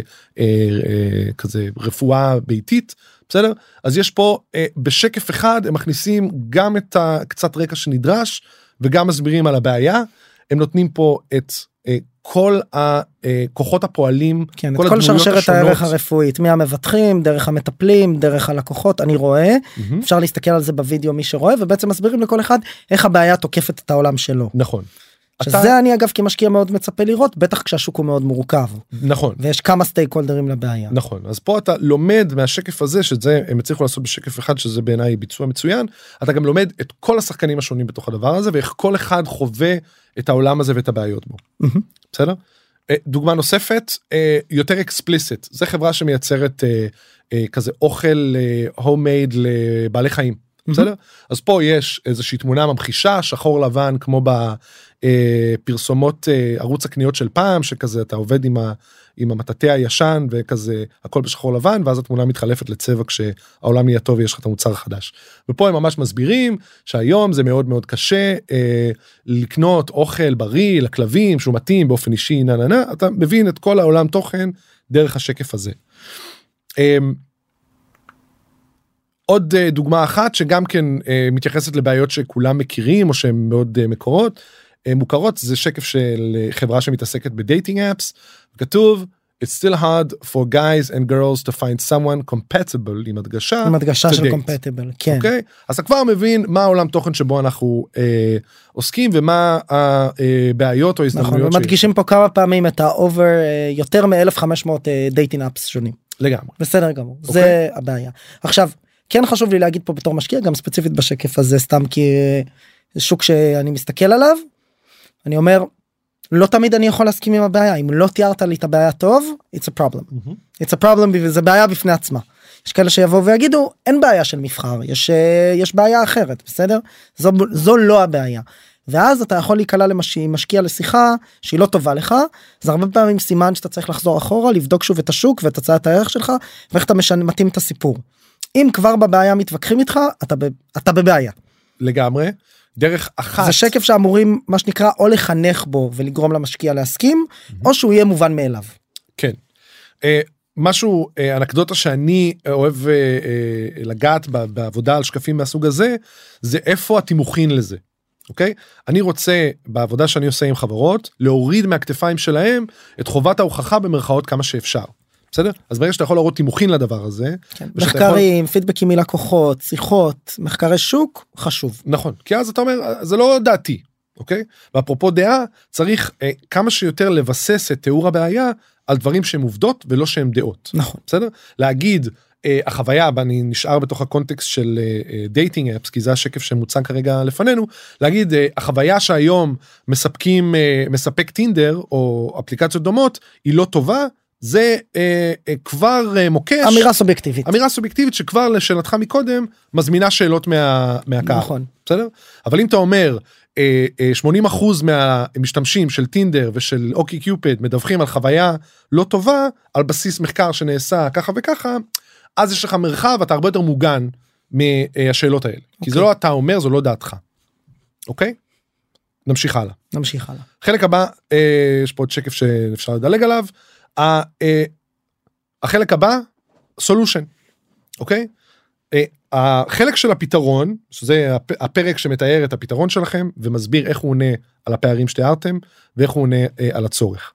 לכזה רפואה ביתית, בסדר? אז יש פה בשקף אחד הם מכניסים גם את הקצת רקע שנדרש וגם מסבירים על הבעיה, הם נותנים פה את כל הכוחות הפועלים, כן, כל, את כל שרשרת הערך הרפואית, מהמבטחים, דרך המטפלים, דרך הלקוחות, אני רואה, mm-hmm. אפשר להסתכל על זה בווידאו מי שרואה, ובעצם מסבירים לכל אחד איך הבעיה תוקפת את העולם שלו. נכון. שזה אתה... אני אגב כמשקיע מאוד מצפה לראות, בטח כשהשוק הוא מאוד מורכב. נכון. ויש כמה סטייק הולדרים לבעיה. נכון, אז פה אתה לומד מהשקף הזה, שזה הם הצליחו לעשות בשקף אחד, שזה בעיניי ביצוע מצוין, אתה גם לומד את כל השחקנים השונים בתוך הדבר הזה, ואיך כל אחד חווה את העולם הזה ואת הבעיות בו. Mm-hmm. בסדר? דוגמה נוספת, יותר אקספליסט, זה חברה שמייצרת כזה אוכל הומייד לבעלי חיים. בסדר? אז פה יש איזושהי תמונה ממחישה, שחור לבן, כמו בפרסומות ערוץ הקניות של פעם, שכזה אתה עובד עם, ה, עם המטאטא הישן, וכזה הכל בשחור לבן, ואז התמונה מתחלפת לצבע כשהעולם נהיה טוב ויש לך את המוצר החדש. ופה הם ממש מסבירים שהיום זה מאוד מאוד קשה אה, לקנות אוכל בריא לכלבים, שהוא מתאים באופן אישי, נה נה נה, אתה מבין את כל העולם תוכן דרך השקף הזה. אה, עוד דוגמה אחת שגם כן מתייחסת לבעיות שכולם מכירים או שהן מאוד מקורות, מוכרות, זה שקף של חברה שמתעסקת בדייטינג אפס, כתוב, it's still hard for guys and girls to find someone compatible, עם הדגשה, עם הדגשה של compatible, כן. אוקיי? אז אתה כבר מבין מה העולם תוכן שבו אנחנו אה, עוסקים, ומה הבעיות או הזדמנויות. נכון, ומדגישים פה כמה פעמים את ה-over, אה, יותר מ-אלף וחמש מאות דייטינג אפס שונים. לגמרי. בסדר גמור, אוקיי? זה הבעיה. עכשיו, כן חשוב לי להגיד פה בתור משקיע, גם ספציפית בשקף הזה, סתם כי זה שוק שאני מסתכל עליו, אני אומר, לא תמיד אני יכול להסכים עם הבעיה, אם לא תיארת לי את הבעיה טוב, it's a problem. Mm-hmm. it's a problem, זה בעיה בפני עצמה. יש כאלה שיבואו ויגידו, אין בעיה של מבחר, יש, יש בעיה אחרת, בסדר? זו, זו לא הבעיה. ואז אתה יכול להיקלע למשקיע לשיחה שהיא לא טובה לך, זה הרבה פעמים סימן שאתה צריך לחזור אחורה, לבדוק שוב את השוק ואת הצעת הערך שלך, ואיך אתה משנה, מתאים את הסיפור. אם כבר בבעיה מתווכחים איתך, אתה, ב, אתה בבעיה. לגמרי. דרך אחת. זה שקף שאמורים, מה שנקרא, או לחנך בו ולגרום למשקיע להסכים, mm-hmm. או שהוא יהיה מובן מאליו. כן. Uh, משהו, uh, אנקדוטה שאני אוהב uh, uh, לגעת בעבודה על שקפים מהסוג הזה, זה איפה התימוכין לזה. אוקיי? אני רוצה, בעבודה שאני עושה עם חברות, להוריד מהכתפיים שלהם את חובת ההוכחה במרכאות כמה שאפשר. בסדר? אז ברגע שאתה יכול להראות תימוכין לדבר הזה. כן, מחקרים, יכול... פידבקים מלקוחות, שיחות, מחקרי שוק, חשוב. נכון, כי אז אתה אומר, זה לא דעתי, אוקיי? ואפרופו דעה, צריך אה, כמה שיותר לבסס את תיאור הבעיה, על דברים שהם עובדות ולא שהם דעות. נכון. בסדר? להגיד, אה, החוויה, אני נשאר בתוך הקונטקסט של דייטינג אפס, כי זה השקף שמוצג כרגע לפנינו, להגיד, אה, החוויה שהיום מספקים, אה, מספק טינדר, או אפליקציות דומות, היא לא טובה, זה אה, אה, כבר אה, מוקש. אמירה סובייקטיבית. אמירה סובייקטיבית שכבר לשאלתך מקודם, מזמינה שאלות מה, מהקהל. נכון. בסדר? אבל אם אתה אומר, אה, אה, שמונים אחוז מהמשתמשים של טינדר ושל אוקי קיופד מדווחים על חוויה לא טובה, על בסיס מחקר שנעשה ככה וככה, אז יש לך מרחב, אתה הרבה יותר מוגן מהשאלות האלה. אוקיי. כי זה לא אתה אומר, זו לא דעתך. אוקיי? נמשיך הלאה. נמשיך הלאה. חלק הבא, אה, יש פה עוד שקף שאפשר לדלג עליו, החלק הבא, solution, אוקיי? החלק של הפתרון, שזה הפרק שמתאר את הפתרון שלכם, ומסביר איך הוא עונה על הפערים שתיארתם, ואיך הוא עונה על הצורך.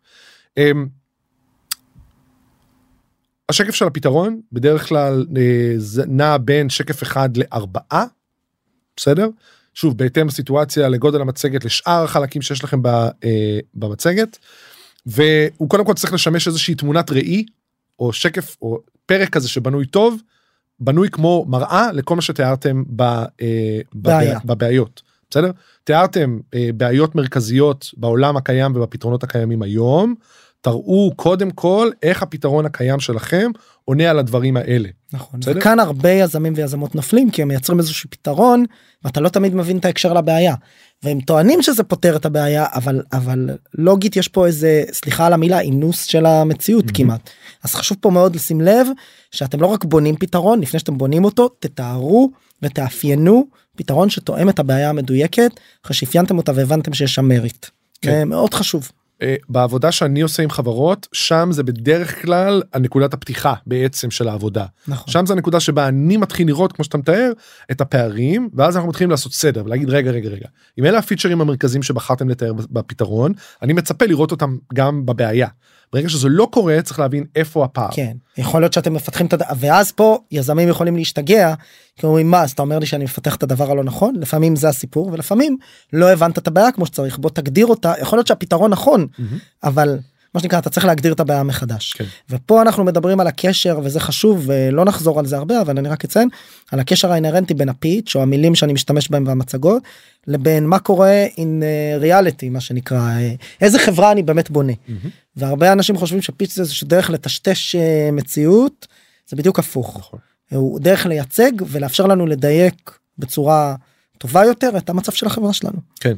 השקף של הפתרון, בדרך כלל נע בין שקף אחד לארבעה, בסדר? שוב, בהתאם לסיטואציה, לגודל המצגת, לשאר החלקים שיש לכם במצגת, והוא קודם כל צריך לשמש איזושהי תמונת ראי, או שקף, או פרק כזה שבנוי טוב, בנוי כמו מראה לכל מה שתיארתם בבעיות. בסדר? תיארתם בעיות מרכזיות בעולם הקיים ובפתרונות הקיימים היום, תראו קודם כל איך הפתרון הקיים שלכם עונה על הדברים האלה. נכון, וכאן הרבה יזמים ויזמות נופלים, כי הם מייצרים איזשהו פתרון, ואתה לא תמיד מבין את ההקשר לבעיה, והם טוענים שזה פותר את הבעיה, אבל, אבל לוגית יש פה איזה, סליחה על המילה, אינוס של המציאות mm-hmm. כמעט. אז חשוב פה מאוד לשים לב, שאתם לא רק בונים פתרון, לפני שאתם בונים אותו, תתארו ותאפיינו פתרון שתואם את הבעיה המדויקת, אחרי שאפיינתם אותה והבנתם שיש שם מריט. כן. זה מאוד חשוב. בעבודה שאני עושה עם חברות, שם זה בדרך כלל הנקודת הפתיחה בעצם של העבודה. נכון. שם זה הנקודה שבה אני מתחיל לראות, כמו שאתה מתאר, את הפערים, ואז אנחנו מתחילים לעשות סדר, ולהגיד רגע, רגע, רגע. אם אלה הפיצ'רים המרכזיים שבחרתם לתאר בפתרון, אני מצפה לראות אותם גם בבעיה. ברגע שזה לא קורה, צריך להבין איפה הפער. כן, יכול להיות שאתם מפתחים את הדבר, ואז פה יזמים יכולים להשתגע, כי אומרים, מה, אז אתה אומר לי שאני מפתח את הדבר הלא נכון? לפעמים זה הסיפור, ולפעמים לא הבנת את הבעיה כמו שצריך, בוא תגדיר אותה, יכול להיות שהפתרון נכון, אבל מה שנקרא, אתה צריך להגדיר את הבעיה מחדש. כן. ופה אנחנו מדברים על הקשר, וזה חשוב, ולא נחזור על זה הרבה, אבל אני רק אציין, על הקשר האינרנטי בין הפיץ', או המילים שאני משתמש בהם והמצגות, לבין מה קורה in reality, מה שנקרא, איזה חברה אני באמת בונה. Mm-hmm. והרבה אנשים חושבים שפיץ' זה איזושהי דרך לטשטש מציאות, זה בדיוק הפוך. נכון. הוא דרך לייצג, ולאפשר לנו לדייק בצורה טובה יותר, את המצב של החברה שלנו. כן.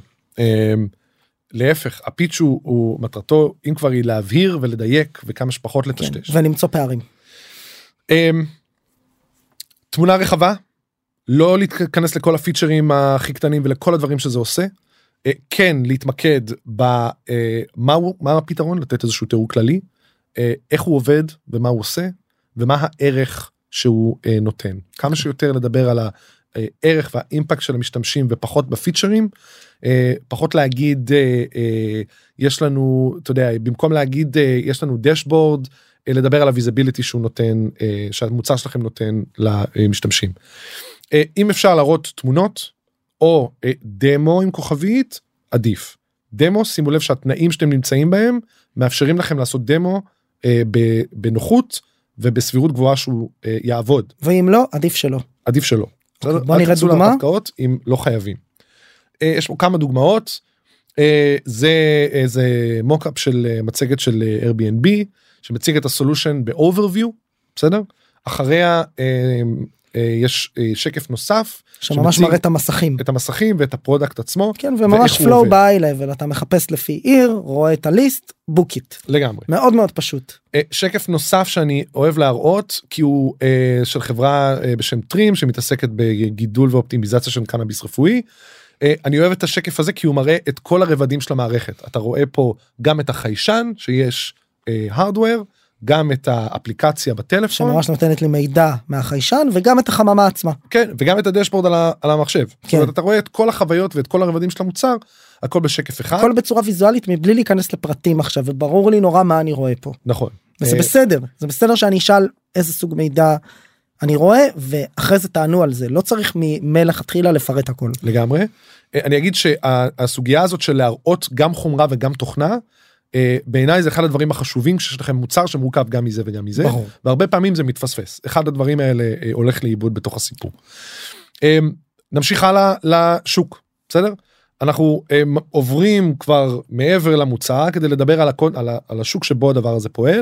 להפך, הפיץ' הוא, הוא מטרתו, אם כבר היא להבהיר ולדייק, וכמה שפחות לטשטש. כן, ולמצוא פערים. תמונה רחבה, לא להתכנס לכל הפיצ'רים הכי קטנים, ולכל הדברים שזה עושה, כן, להתמקד במהו, מה הפתרון, לתת איזשהו תיאור כללי, איך הוא עובד, ומה הוא עושה, ומה הערך שהוא נותן. כמה שיותר לדבר על הערך והאימפקט של המשתמשים, ופחות בפיצ'רים, פחות להגיד, יש לנו, אתה יודע, במקום להגיד, יש לנו דשבורד, לדבר על הוויזיביליטי שהוא נותן, שהמוצר שלכם נותן למשתמשים. אם אפשר להראות תמונות, או דמו עם כוכבית, עדיף. דמו, שימו לב שהתנאים שאתם נמצאים בהם, מאפשרים לכם לעשות דמו בנוחות, ובסבירות גבוהה שהוא יעבוד. ואם לא, עדיף שלא. עדיף שלא. אוקיי, בוא נראה דוגמה. אם לא חייבים. יש פה כמה דוגמאות, זה איזה מוקאפ של מצגת של Airbnb, שמציג את הסולושן ב-overview, בסדר? אחריה יש שקף נוסף, שממש מראה את המסכים. את המסכים ואת הפרודקט עצמו. כן, וממש flow by level, אתה מחפש לפי עיר, רואה את הליסט, book it. לגמרי. מאוד מאוד פשוט. שקף נוסף שאני אוהב להראות, כי הוא של חברה בשם טרים, שמתעסקת בגידול ואופטימיזציה של קנאביס רפואי, אני אוהב את השקף הזה כי הוא מראה את כל הרבדים של המערכת. אתה רואה פה גם את החיישן שיש הארדוור, גם את האפליקציה בטלפון. שממש נותנת לי מידע מהחיישן וגם את החממה עצמה. כן, וגם את הדשבורד על, על המחשב. כן. זאת אומרת, אתה רואה את כל החוויות ואת כל הרבדים של המוצר, הכל בשקף אחד. הכל בצורה ויזואלית מבלי להיכנס לפרטים עכשיו, וברור לי נורא מה אני רואה פה. נכון. וזה בסדר, זה בסדר שאני אשאל איזה סוג מידע אני רואה, ואחרי זה תענו על זה. לא צריך ממלך התחילה לפרט הכל. לגמרי. אני אגיד שהסוגיה הזאת של להראות גם חומרה וגם תוכנה, בעיניי זה אחד הדברים החשובים, כשיש לכם מוצר שמורכב גם מזה וגם מזה, ברור. והרבה פעמים זה מתפספס. אחד הדברים האלה הולך לאיבוד בתוך הסיפור. נמשיך הלאה לשוק, בסדר? אנחנו עוברים כבר מעבר למוצר, כדי לדבר על, הקוד, על, על השוק שבו הדבר הזה פועל.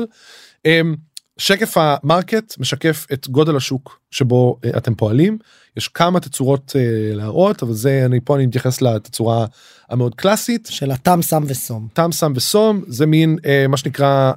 שקף המרקט משקף את גודל השוק שבו uh, אתם פועלים, יש כמה תצורות uh, להראות, אבל זה, אני פה אני מתייחס לתצורה המאוד קלאסית. של הטם סם וסום. טם סם וסום, זה מין uh, מה שנקרא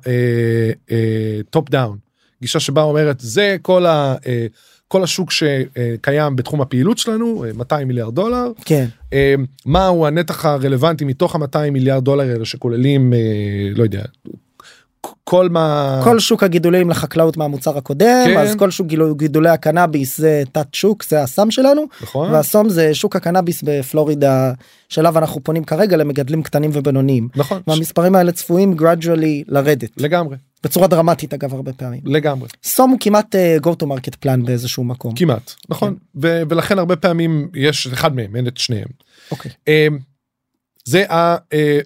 טופ uh, דאון, uh, גישה שבה אומרת, זה כל, ה, uh, כל השוק שקיים uh, בתחום הפעילות שלנו, uh, מאתיים מיליארד דולר. כן. Uh, מהו הנתח הרלוונטי מתוך ה-מאתיים מיליארד דולר האלה שכוללים, uh, לא יודע, כל מה... כל שוק הגידולים לחקלאות מהמוצר הקודם, כן. אז כל שוק גידולי הקנאביס זה תת שוק, זה הסם שלנו, נכון. והסום זה שוק הקנאביס בפלורידה, שלב אנחנו פונים כרגע למגדלים קטנים ובינוניים. נכון. והמספרים האלה צפויים gradually לרדת. לגמרי. בצורה דרמטית אגב הרבה פעמים. לגמרי. סום הוא כמעט uh, go to market plan באיזשהו מקום. כמעט, נכון. כן. ו- ולכן הרבה פעמים יש אחד מהם, אין את שניהם. אוקיי. Uh, זה ה... Uh,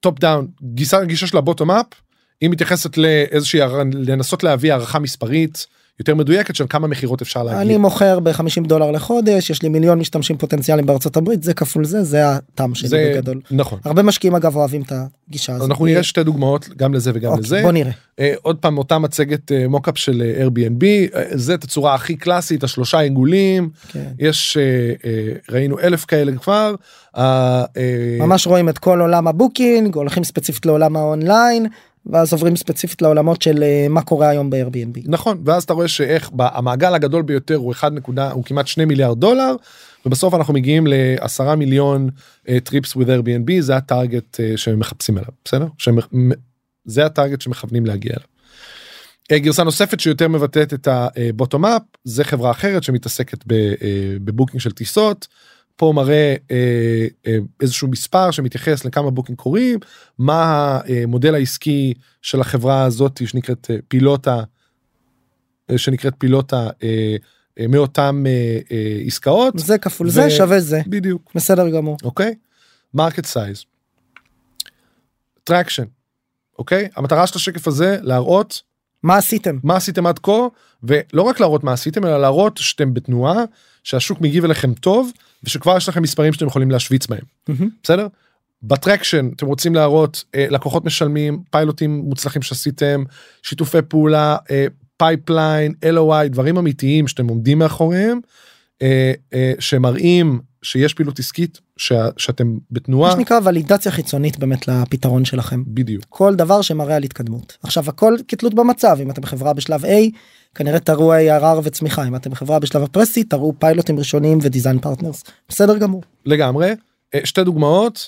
טופ דאון, גישה, גישה של הבוטום אפ, היא מתייחסת לאיזושהי, לנסות להביא הערכה מספרית, יותר מדויקת של כמה מחירות אפשר להגיד. אני מוכר ב-חמישים דולר לחודש, יש לי מיליון משתמשים פוטנציאליים בארצות הברית, זה כפול זה, זה הטעם שלי זה, בגדול. נכון. הרבה משקיעים אגב אוהבים את הגישה הזאת. אנחנו נראה שתי דוגמאות, גם לזה וגם אוקיי, לזה. בוא נראה. אה, עוד פעם, אותה מצגת אה, מוקאפ של Airbnb, אה, זה התצורה הכי קלאסית, השלושה עיגולים, כן. יש, אה, אה, ראינו אלף כאלה כבר. אה, אה, ממש רואים את כל עולם הבוקינג, הולכים ספציפית לעולם האונליין, ואז עוברים ספציפית לעולמות של מה קורה היום ב-Airbnb. נכון, ואז אתה רואה שאיך המעגל הגדול ביותר הוא אחד נקודה, הוא כמעט שני מיליארד דולר, ובסוף אנחנו מגיעים לעשרה מיליון טריפס with Airbnb, זה הטארגט שמחפשים עליו, בסדר? זה הטארגט שמכוונים להגיע אליו. גרסה נוספת שיותר מבטאת את הבוטום אפ, זה חברה אחרת שמתעסקת בבוקינג של טיסות, פה מראה אה, אה, איזשהו מספר שמתייחס לכמה בוקינג קוראים, מה המודל העסקי של החברה הזאת שנקראת אה, פילוטה, אה, שנקראת פילוטה אה, אה, מאותם אה, אה, עסקאות. זה כפול ו... זה שווה זה. בדיוק. בסדר גמור. אוקיי? מרקט סייז. טרקשן. אוקיי? המטרה של השקף הזה להראות מה עשיתם? מה עשיתם עד כה, ולא רק להראות מה עשיתם, אלא להראות שאתם בתנועה, שהשוק מגיב אליכם טוב, ושכבר יש לכם מספרים שאתם יכולים להשוויץ בהם. Mm-hmm. בסדר? בטרקשן, אתם רוצים להראות, אה, לקוחות משלמים, פיילוטים מוצלחים שעשיתם, שיתופי פעולה, אה, פייפליין, אל או איי, דברים אמיתיים שאתם עומדים מאחוריהם, אה, אה, שמראים שיש פעילות עסקית, שה, שאתם בתנועה. מה שנקרא ולידציה חיצונית באמת לפתרון שלכם. בדיוק. כל דבר שמראה על התקדמות. עכשיו הכל כתלות במצב, אם אתם חברה בשלב A, כנראה תראו A R R וצמיחה, אם אתם חברה בשלב הפרסי, תראו פיילוטים ראשוניים ודיזיין פרטנרס. בסדר גמור. לגמרי. שתי דוגמאות.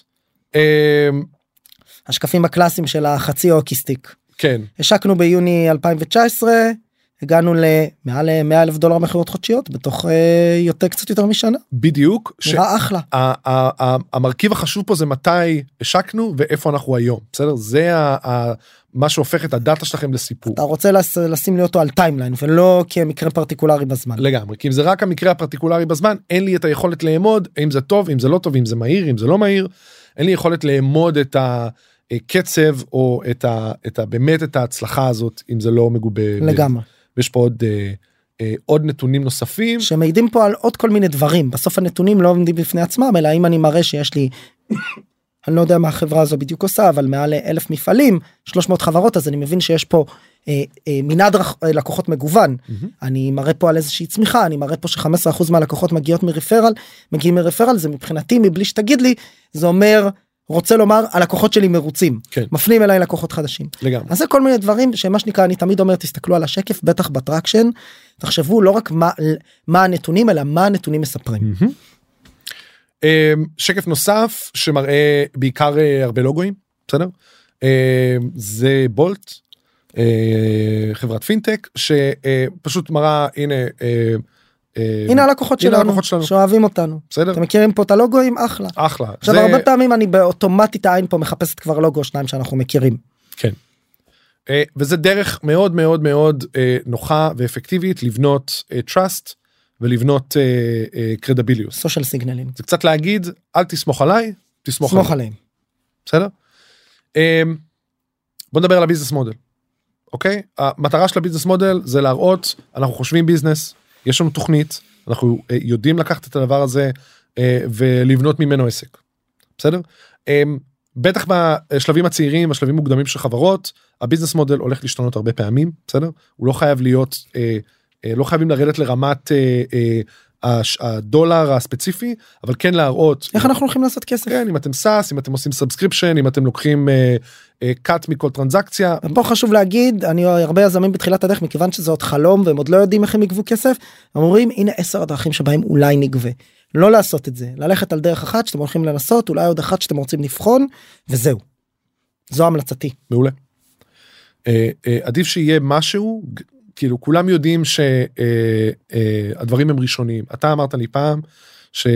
השקפים הקלאסיים של החצי אוקיסטיק. כן. השקנו ביוני אלפיים תשע עשרה, הגענו למעל מאה אלף דולר מחירות חודשיות, בתוך אה, יותר, קצת יותר משנה. בדיוק. נראה ש... אחלה. המרכיב החשוב פה זה מתי השקנו ואיפה אנחנו היום. בסדר? זה ה, ה, מה שהופך את הדאטה שלכם לסיפור. אתה רוצה לס, לשים לי אותו על טיימליין, ולא כמקרה פרטיקולרי בזמן. לגמרי. כי אם זה רק המקרה הפרטיקולרי בזמן, אין לי את היכולת לאמוד, אם זה טוב, אם זה לא טוב, אם זה מהיר, אם זה לא מהיר. אין לי יכולת לאמוד את הקצב, או את ה, את ה, באמת את ההצלחה הזאת, אם זה לא מגובה. לגמרי. ויש פה עוד, אה, אה, עוד נתונים נוספים. שמעידים פה על עוד כל מיני דברים. בסוף הנתונים לא עומדים בפני עצמם, אלא אם אני מראה שיש לי, אני לא יודע מה החברה הזו בדיוק עושה, אבל מעל אלף מפעלים, שלוש מאות חברות, אז אני מבין שיש פה אה, אה, מנעד רח, אה, לקוחות מגוון. Mm-hmm. אני מראה פה על איזושהי צמיחה, אני מראה פה ש-חמישה עשר אחוז מהלקוחות מגיעות מרפרל, מגיעים מרפרל, זה מבחינתי, מבלי שתגיד לי, זה אומר... רוצה לומר, הלקוחות שלי מרוצים. כן. מפנים אליי לקוחות חדשים. לגמרי. אז זה כל מיני דברים שמה שנקרא, אני תמיד אומר, תסתכלו על השקף, בטח בטרקשן, תחשבו לא רק מה, מה הנתונים, אלא מה הנתונים מספרים. Mm-hmm. שקף נוסף, שמראה בעיקר הרבה לוגויים, בסדר? זה בולט, חברת פינטק, שפשוט מראה, הנה, הנה הלקוחות שלנו, שאוהבים אותנו. בסדר? אתם מכירים פה את הלוגויים? אחלה. אחלה. עכשיו הרבה פעמים אני באוטומטית העין פה מחפשת כבר לוגו שניים שאנחנו מכירים. כן. וזה דרך מאוד מאוד מאוד נוחה ואפקטיבית לבנות trust ולבנות credibility. סושיאל סיגנלים. זה קצת להגיד, אל תסמוך עליי, תסמוך עליי. עליהם. בסדר? בוא נדבר על הביזנס מודל. אוקיי? המטרה של הביזנס מודל זה להראות, אנחנו חושבים ביזנס, יש לנו תוכנית, אנחנו יודעים לקחת את הדבר הזה ולבנות ממנו עסק. בסדר? בטח בשלבים הצעירים, בשלבים מוקדמים של חברות, הביזנס מודל הולך להשתנות הרבה פעמים, בסדר? הוא לא חייב להיות, לא חייבים לרדת לרמת הדולר הספציפי, אבל כן להראות. איך אנחנו הולכים לעשות כסף? כן, אם אתם סאס, אם אתם עושים סאבסקריפשן, אם אתם לוקחים קאט מכל טרנזקציה. פה חשוב להגיד, אני הרבה יזמים בתחילת הדרך, מכיוון שזה עוד חלום, והם עוד לא יודעים איך הם יגבו כסף, הם אומרים, הנה עשר הדרכים שבהם אולי נגבה. לא לעשות את זה, ללכת על דרך אחת שאתם הולכים לנסות, אולי עוד אחת שאתם רוצים לבחון, וזהו. זו המלצתי. מעולה. עדיף שיהיה משהו, כאילו כולם יודעים שהדברים הם ראשונים. אתה אמרת לי פעם, ש...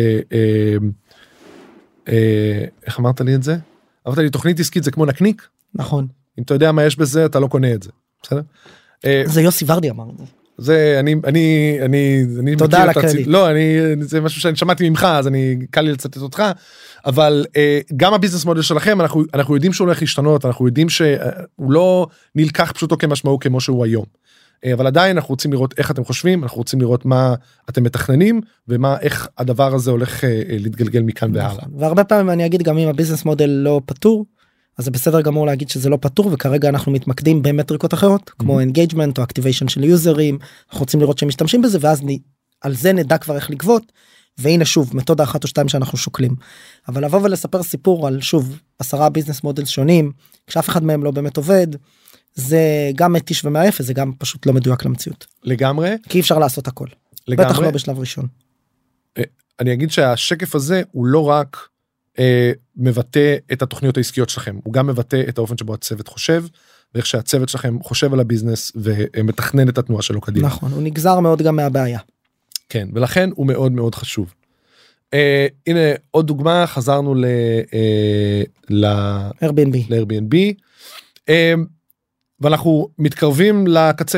איך אמרת לי את זה? אמרת לי, תוכנית עסקית זה כמו נקניק. נכון. אם אתה יודע מה יש בזה, אתה לא קונה את זה. בסדר? זה יוסי ורדי אמר את זה. זה אני אני אני אני תודה על הקרדיט. לא, אני זה משהו שאני שמעתי ממך, אז אני קל לי לצטט אותך, אבל גם הביזנס מודל שלכם, אנחנו אנחנו יודעים שהוא הולך להשתנות, אנחנו יודעים שהוא לא נלקח פשוטו כמשמעו כמו שהוא היום. אבל עדיין אנחנו רוצים לראות איך אתם חושבים, אנחנו רוצים לראות מה אתם מתכננים, ומה, איך הדבר הזה הולך להתגלגל מכאן והלאה. והרבה פעמים אני אגיד גם אם הביזנס מודל לא פתור, אז זה בסדר גמור להגיד שזה לא פתור, וכרגע אנחנו מתמקדים במטריקות אחרות, כמו engagement או activation של יוזרים, אנחנו רוצים לראות שהם משתמשים בזה, ואז על זה נדע כבר איך לגבות, והנה שוב, מתודה אחת או שתיים שאנחנו שוקלים. אבל לבוא ולספר סיפור על שוב, עשרה ביזנס מודלס שונים, כשאף אחד מהם לא באמת עובד, זה גם מתיש ומעייף, וזה גם פשוט לא מדויק למציאות. לגמרי. כי אי אפשר לעשות הכל. לגמרי. בטח לא בשלב ראשון. אני אגיד שהשקף הזה הוא לא רק אה, מבטא את התוכניות העסקיות שלכם, הוא גם מבטא את האופן שבו הצוות חושב, ואיך שהצוות שלכם חושב על הביזנס, ומתכנן את התנועה שלו קדימה. נכון, הוא נגזר מאוד גם מהבעיה. כן, ולכן הוא מאוד מאוד חשוב. אה, הנה עוד דוגמה, חזרנו ל... אה, ל-Airbnb. ל-Airbnb. אה, ואנחנו מתקרבים לקצה.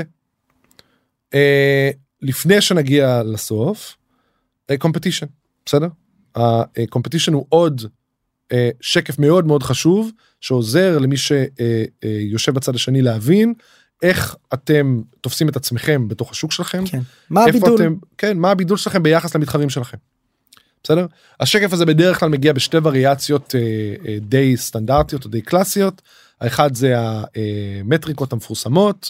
אה, לפני שנגיע לסוף, קומפטישן, בסדר? הקומפטישן הוא עוד אה, שקף מאוד מאוד חשוב, שעוזר למי שיושב אה, אה, בצד השני להבין, איך אתם תופסים את עצמכם בתוך השוק שלכם. כן. מה הבידול? אתם, כן, מה הבידול שלכם ביחס למתחרים שלכם. בסדר? השקף הזה בדרך כלל מגיע בשתי וריאציות אה, אה, די סטנדרטיות או די קלאסיות. האחד זה המטריקות המפורסמות,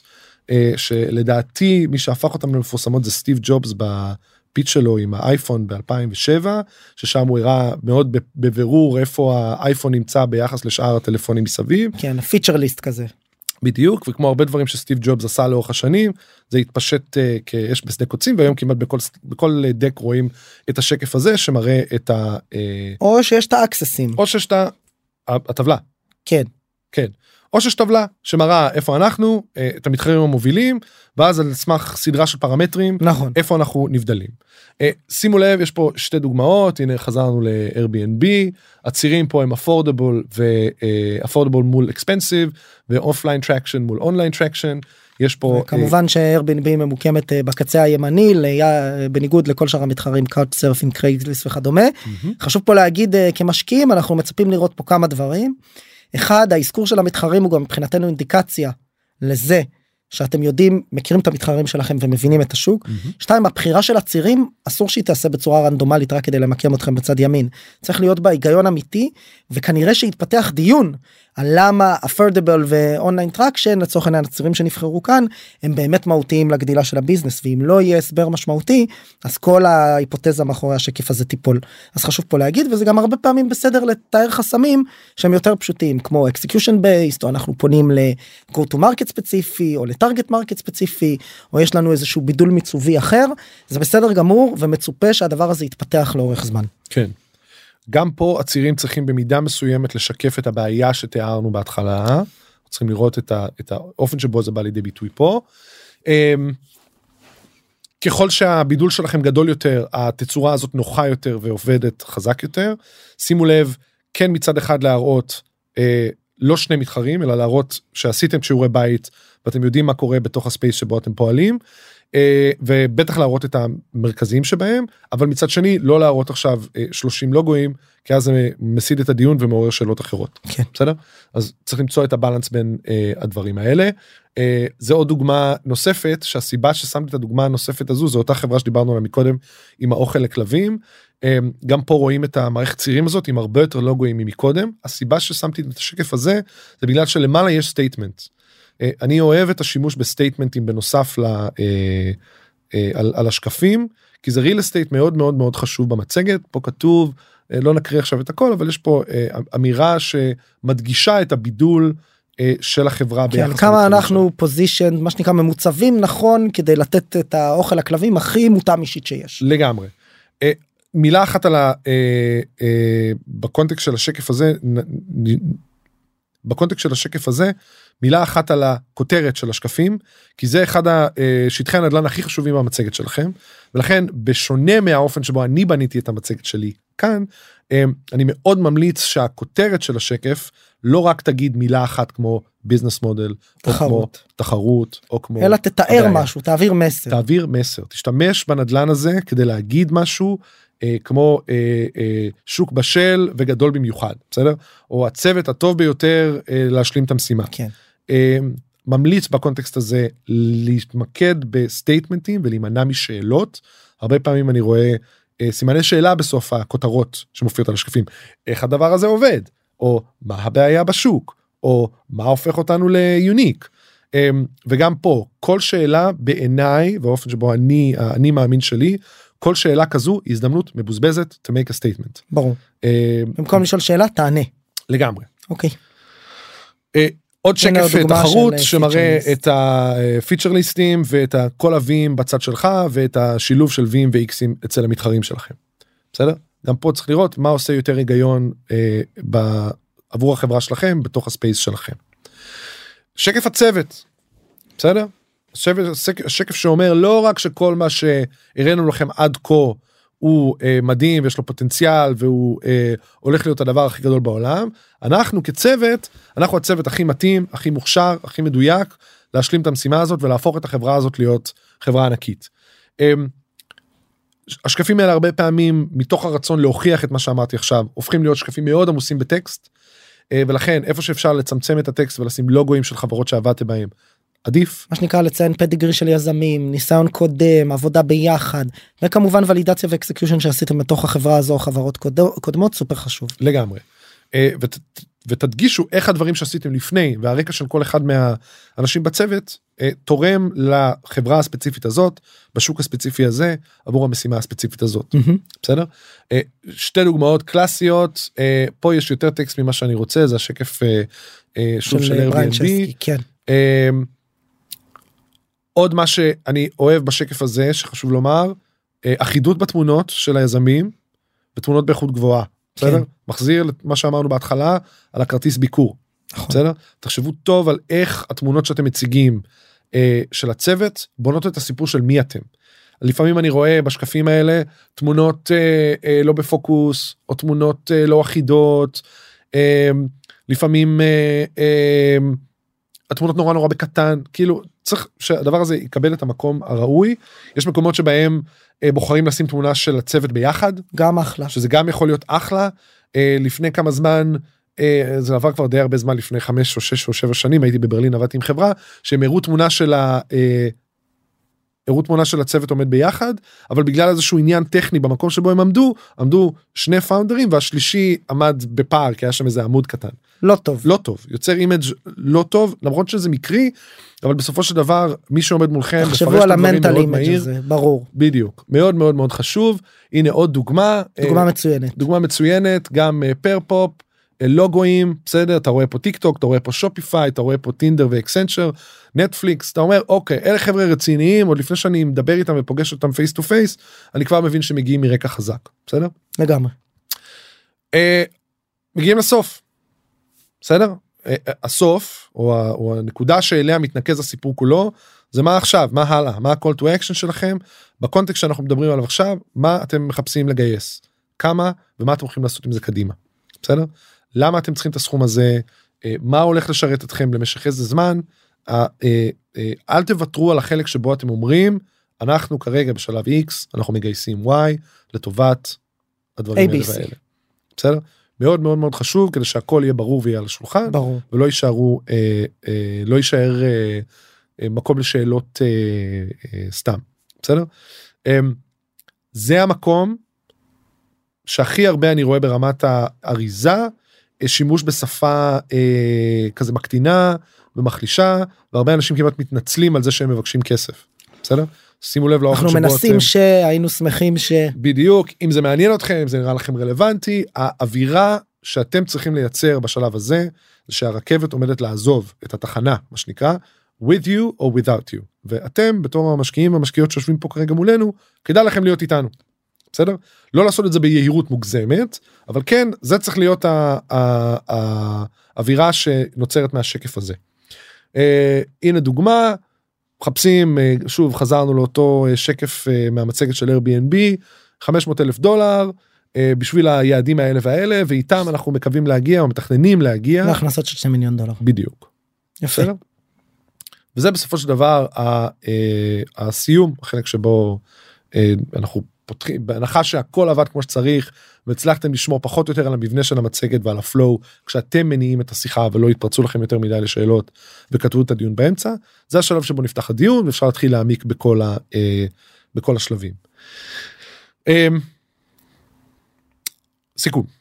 שלדעתי מי שהפך אותם למפורסמות זה סטיב ג'ובס בפיץ' שלו עם האייפון ב-אלפיים ושבע, ששם הוא הראה מאוד בבירור איפה האייפון נמצא ביחס לשאר הטלפונים מסביב. כן, פיצ'ר ליסט כזה. בדיוק, וכמו הרבה דברים שסטיב ג'ובס עשה לאורך השנים, זה התפשט כאש בשדה קוצים, והיום כמעט בכל, בכל דק רואים את השקף הזה שמראה את ה... או שיש את האקססים. או שיש את הטבלה. כן. כן. או שיש טבלה שמראה איפה אנחנו, את המתחרים המובילים, ואז על סמך סדרה של פרמטרים, נכון. איפה אנחנו נבדלים. שימו לב, יש פה שתי דוגמאות, הנה חזרנו ל-Airbnb, הצירים פה הם affordable ו-affordable מול expensive, ו-offline traction מול online traction, יש פה... כמובן ש-Airbnb ממוקמת בקצה הימני, בניגוד לכל שאר המתחרים, Couchsurfing, Craigslist וכדומה. חשוב פה להגיד כמשקיעים, אנחנו מצפים לראות פה כמה דברים. אחד, האזכור של המתחרים הוא גם מבחינתנו אינדיקציה לזה שאתם יודעים, מכירים את המתחרים שלכם ומבינים את השוק. Mm-hmm. שתיים, הבחירה של הצירים, אסור שהיא תעשה בצורה רנדומלית רק כדי למקם אתכם בצד ימין. צריך להיות בה היגיון אמיתי, וכנראה שיתפתח דיון על למה affordable ו-online traction, לצורך העניין הצירים שנבחרו כאן, הם באמת מהותיים לגדילה של הביזנס, ואם לא יהיה הסבר משמעותי, אז כל ההיפותזה מאחורי השקף הזה תיפול. אז חשוב פה להגיד, וזה גם הרבה פעמים בסדר לתאר חסמים שהם יותר פשוטים, כמו execution based, או אנחנו פונים ל-go to market ספציפי, או לטרגט מרקט ספציפי, או יש לנו איזשהו בידול מיצובי אחר, זה בסדר גמור, ומצופה שהדבר הזה יתפתח לאורך זמן. כן. גם פה הצירים צריכים במידה מסוימת לשקף את הבעיה שתיארנו בהתחלה, צריכים לראות את, ה, את האופן שבו זה בא לידי ביטוי פה. ככל שהבידול שלכם גדול יותר, התצורה הזאת נוחה יותר ועובדת חזק יותר, שימו לב, כן מצד אחד להראות, לא שני מתחרים, אלא להראות שעשיתם שיעורי בית, ואתם יודעים מה קורה בתוך הספייס שבו אתם פועלים, ובטח להראות את המרכזיים שבהם, אבל מצד שני לא להראות עכשיו שלושים לוגויים, כי אז זה מסיד את הדיון ומעורר שאלות אחרות. כן. בסדר? אז צריך למצוא את הבלנס בין הדברים האלה. זה עוד דוגמה נוספת, שהסיבה ששמתי את הדוגמה הנוספת הזו, זו אותה חברה שדיברנו עליה מקודם, עם האוכל לכלבים. גם פה רואים את המערכת צירים הזאת, עם הרבה יותר לוגויים ממקודם. הסיבה ששמתי את השקף הזה, זה בגלל שלמעלה יש סטייטמנט. אני אוהב את השימוש בסטייטמנטים בנוסף ל, על, על השקפים, כי זה ריל אסטייט מאוד מאוד מאוד חשוב במצגת, פה כתוב, לא נקריא עכשיו את הכל, אבל יש פה אמירה שמדגישה את הבידול של החברה. כן, כמה אנחנו פוזישן, מה שנקרא ממוצבים נכון, כדי לתת את האוכל לכלבים הכי מותאם אישית שיש. לגמרי. מילה אחת על ה... בקונטקסט של השקף הזה, בקונטקסט של השקף הזה, מילה אחת על הכותרת של השקפים, כי זה אחד השטחי הנדל"ן הכי חשובים במצגת שלכם, ולכן בשונה מהאופן שבו אני בניתי את המצגת שלי כאן, אני מאוד ממליץ שהכותרת של השקף לא רק תגיד מילה אחת כמו ביזנס מודל, או כמו תחרות, או כמו... אלא תתאר משהו, תעביר מסר. תעביר מסר, תשתמש בנדלן הזה כדי להגיד משהו, אה, כמו אה, אה, שוק בשל וגדול במיוחד, בסדר? או הצוות הטוב ביותר אה, להשלים את המשימה. כן. אה, ממליץ בקונטקסט הזה להתמקד בסטייטמנטים ולהימנע משאלות. הרבה פעמים אני רואה אה, סימני שאלה בסוף הכותרות שמופיעות על השקפים. איך הדבר הזה עובד? או מה הבעיה בשוק? או מה הופך אותנו ליוניק? אה, וגם פה, כל שאלה בעיניי, ואופן שבו אני, אני מאמין שלי, כל שאלה כזו היא הזדמנות מבוזבזת to make a statement. ברור. אה, במקום לשאול שאלה, תענה. לגמרי. אוקיי. אה, עוד שקף תחרות שמראה את הפיצ'ר ליסטים ואת כל ה-וים בצד שלך ואת השילוב של וים ו-Xים אצל המתחרים שלכם. בסדר? גם פה צריך לראות מה עושה יותר היגיון אה, ב- עבור החברה שלכם בתוך הספייס שלכם. שקף הצוות. בסדר? שקף, שקף שאומר לא רק שכל מה שהראינו לכם עד כה הוא אה, מדהים ויש לו פוטנציאל והוא אה, הולך להיות הדבר הכי גדול בעולם, אנחנו כצוות, אנחנו הצוות הכי מתאים, הכי מוכשר, הכי מדויק, להשלים את המשימה הזאת ולהפוך את החברה הזאת להיות חברה ענקית. אה, השקפים האלה הרבה פעמים מתוך הרצון להוכיח את מה שאמרתי עכשיו, הופכים להיות שקפים מאוד עמוסים בטקסט, אה, ולכן איפה שאפשר לצמצם את הטקסט ולשים לוגויים של חברות שעבדתם בהם, עדיף. מה שנקרא לציין פדיגרי של יזמים, ניסיון קודם, עבודה ביחד, וכמובן ולידציה ואקסקיושן שעשיתם בתוך החברה הזו, חברות קודמות, סופר חשוב. לגמרי. ות, ותדגישו איך הדברים שעשיתם לפני, והרקע של כל אחד מהאנשים בצוות, תורם לחברה הספציפית הזאת, בשוק הספציפי הזה, עבור המשימה הספציפית הזאת. Mm-hmm. בסדר? שתי דוגמאות קלאסיות, פה יש יותר טקסט ממה שאני רוצה, זה השקף שוב של, של Airbnb. כן. עוד מה שאני אוהב בשקף הזה, שחשוב לומר, אחידות בתמונות של היזמים, בתמונות באיכות גבוהה, בסדר? כן. מחזיר למה שאמרנו בהתחלה, על הכרטיס ביקור, נכון. בסדר? תחשבו טוב על איך התמונות שאתם מציגים אה, של הצוות, בונות את הסיפור של מי אתם. לפעמים אני רואה בשקפים האלה, תמונות אה, אה, לא בפוקוס, או תמונות אה, לא אחידות, אה, לפעמים אה, אה, התמונות נורא נורא בקטן, כאילו צריך שהדבר הזה יקבל את המקום הראוי. יש מקומות שבהם אה, בוחרים לשים תמונה של הצוות ביחד. גם אחלה. שזה גם יכול להיות אחלה. אה, לפני כמה זמן, אה, זה עבר כבר די הרבה זמן, לפני חמש או שש או שבע שנים, הייתי בברלין, עבדתי עם חברה, שהם הראו תמונה של ה... אה, הראו תמונה של הצוות עומד ביחד, אבל בגלל איזשהו עניין טכני במקום שבו הם עמדו, עמדו שני פאונדרים, והשלישי עמד בפער, כי היה שם איזה עמוד קטן. לא טוב. לא טוב, יוצר אימג' לא טוב, למרות שזה מקרי, אבל בסופו של דבר, מי שעומד מולכם, תחשבו על המנטל אימג' הזה, ברור. בדיוק, מאוד מאוד מאוד חשוב. הנה עוד דוגמה. דוגמה מצוינת. דוגמה מצוינת, גם פר פופ, לוגויים, בסדר, אתה רואה פה טיק טוק, אתה רואה פה שופיפיי, אתה רואה פה טינדר ואקסנצ'ר, נטפליקס, אתה אומר, אוקיי, אלה חבר'ה רציניים, עוד לפני שאני מדבר איתם ופוגש אותם פייס טו פייס, אני כבר מבין שמגיעים מרקע חזק, בסדר? לגמרי. אה, מגיעים לסוף, בסדר? אה, הסוף, או, או הנקודה שאליה מתנקז הסיפור כולו, זה מה עכשיו, מה הלאה, מה ה-call to action שלכם, בקונטקסט שאנחנו מדברים עליו עכשיו, מה אתם מחפשים לגייס, כמה, ומה אתם הולכים לעשות עם זה קדימה, בסדר? למה אתם צריכים את הסכום הזה, מה הולך לשרת אתכם למשך איזה זמן, אל תוותרו על החלק שבו אתם אומרים, אנחנו כרגע בשלב X, אנחנו מגייסים Y, לטובת הדברים האלה והאלה. בסדר? מאוד מאוד מאוד חשוב, כדי שהכל יהיה ברור ויהיה על השולחן, ברור. ולא יישארו, לא יישאר מקום לשאלות סתם. בסדר? זה המקום שהכי הרבה אני רואה ברמת האריזה, שימוש בשפה אה, כזה מקטינה ומחלישה, והרבה אנשים כמעט מתנצלים על זה שהם מבקשים כסף. בסדר? שימו לב לאופן שבו אתם... אנחנו מנסים שהיינו שמחים ש... בדיוק, אם זה מעניין אתכם, אם זה נראה לכם רלוונטי, האווירה שאתם צריכים לייצר בשלב הזה, זה שהרכבת עומדת לעזוב את התחנה, מה שנקרא, with you or without you. ואתם, בתור המשקיעים והמשקיעות שיושבים פה כרגע מולנו, כדאי לכם להיות איתנו. בסדר? לא לעשות את זה ביהירות מוגזמת, אבל כן, זה צריך להיות האווירה שנוצרת מהשקף הזה. הנה דוגמה, מחפשים, שוב חזרנו לאותו שקף מהמצגת של Airbnb, חמש מאות אלף דולר, בשביל היעדים האלה והאלה, ואיתם אנחנו מקווים להגיע, או מתכננים להגיע. להכנסות של שני מיליון דולר. בדיוק. יפה. וזה בסופו של דבר, הסיום, החלק שבו אנחנו פותחים, בהנחה שהכל עבד כמו שצריך, והצלחתם לשמור פחות או יותר על המבנה של המצגת ועל הפלואו, כשאתם מניעים את השיחה ולא יתפרצו לכם יותר מדי לשאלות, וכתבו את הדיון באמצע, זה השלב שבו נפתח הדיון, ואפשר להתחיל להעמיק בכל, ה, בכל השלבים. סיכום.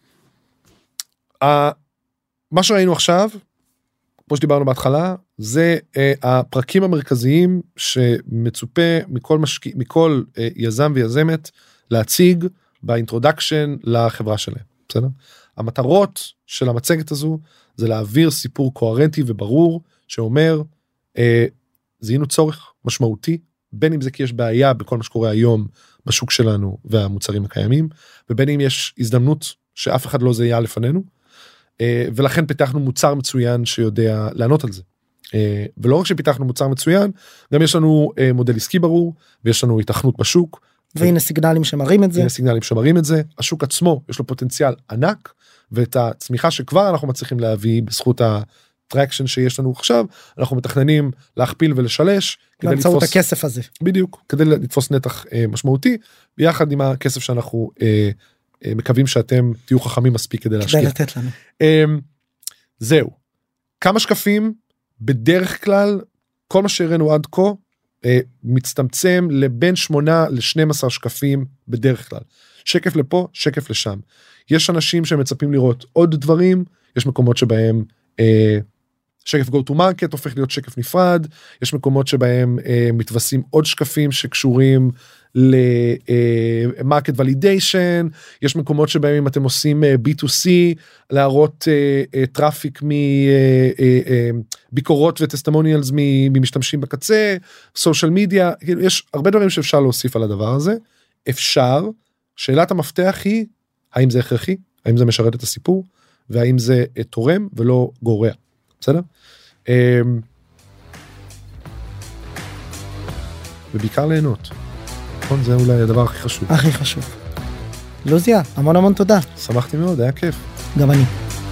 מה שראינו עכשיו, כמו שדיברנו בהתחלה, זה הפרקים המרכזיים שמצופה מכל משקיע, מכל יזם ויזמת להציג באינטרודקשן לחברה שלהם. בסדר? המטרות של המצגת הזו זה להעביר סיפור קוהרנטי וברור שאומר, זיהינו צורך משמעותי, בין אם זה כי יש בעיה בכל מה שקורה היום בשוק שלנו והמוצרים הקיימים, ובין אם יש הזדמנות שאף אחד לא זהה לפנינו, ולכן פיתחנו מוצר מצוין שיודע לענות על זה. ולא רק שפיתחנו מוצר מצוין, גם יש לנו מודל עסקי ברור, ויש לנו התכנות בשוק. והנה סיגנלים שמראים את זה. הנה סיגנלים שמראים את זה. השוק עצמו יש לו פוטנציאל ענק, ואת הצמיחה שכבר אנחנו מצליחים להביא בזכות הטרקשן שיש לנו עכשיו, אנחנו מתכננים להכפיל ולשלש. באמצעות הכסף הזה. בדיוק, כדי לתפוס נתח משמעותי, ביחד עם הכסף שאנחנו מקווים שאתם תהיו חכמים מספיק כדי להשקיע. כדי לתת לנו. זהו. כמה שקפים, בדרך כלל, כל מה שהראינו עד כה, מצטמצם לבין שמונה לשנים עשר שקפים בדרך כלל. שקף לפה, שקף לשם. יש אנשים שמצפים לראות עוד דברים, יש מקומות שבהם שקף go to market הופך להיות שקף נפרד, יש מקומות שבהם מתווסים עוד שקפים שקשורים ל-market validation, יש מקומות שבהם אם אתם עושים בי טו סי, להראות טראפיק מביקורות וטסטימוניאלס ממשתמשים בקצה, סושיאל מדיה, יש הרבה דברים שאפשר להוסיף על הדבר הזה, אפשר, שאלת המפתח היא, האם זה הכרחי, האם זה משרת את הסיפור, והאם זה תורם ולא גורע, בסדר? ובעיקר ליהנות. נכון, זה אולי הדבר הכי חשוב. הכי חשוב. לוזיה, המון המון תודה. שמחתי מאוד, היה כיף. גם אני.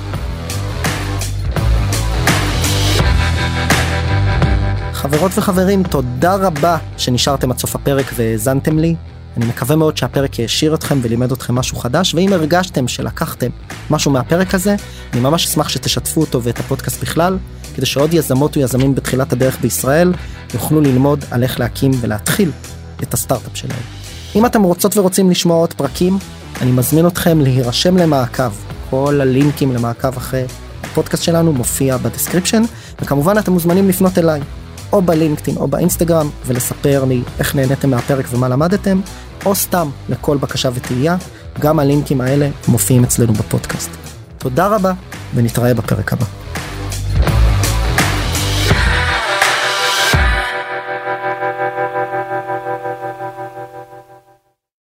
חברות וחברים, תודה רבה שנשארתם עד סוף הפרק והאזנתם לי. אני מקווה מאוד שהפרק ישיר אתכם ולימד אתכם משהו חדש, ואם הרגשתם שלקחתם משהו מהפרק הזה, אני ממש אשמח שתשתפו אותו ואת הפודקאסט בכלל, כדי שעוד יזמות ויזמים בתחילת הדרך בישראל יוכלו ללמוד על איך להקים ולהתחיל את הסטארט-אפ שלהם. אם אתם רוצות ורוצים לשמוע עוד פרקים, אני מזמין אתכם להירשם למעקב. כל הלינקים למעקב אחרי הפודקאסט שלנו מופיע בדסקריפשן, וכמובן אתם מוזמנים לפנות אליי, או בלינקדאין או באינסטגרם, ולספר לי איך נהניתם מהפרק ומה למדתם, או סתם לכל בקשה ותהייה, גם הלינקים האלה מופיעים אצלנו בפודקאסט. תודה רבה, ונתראה בפרק הבא.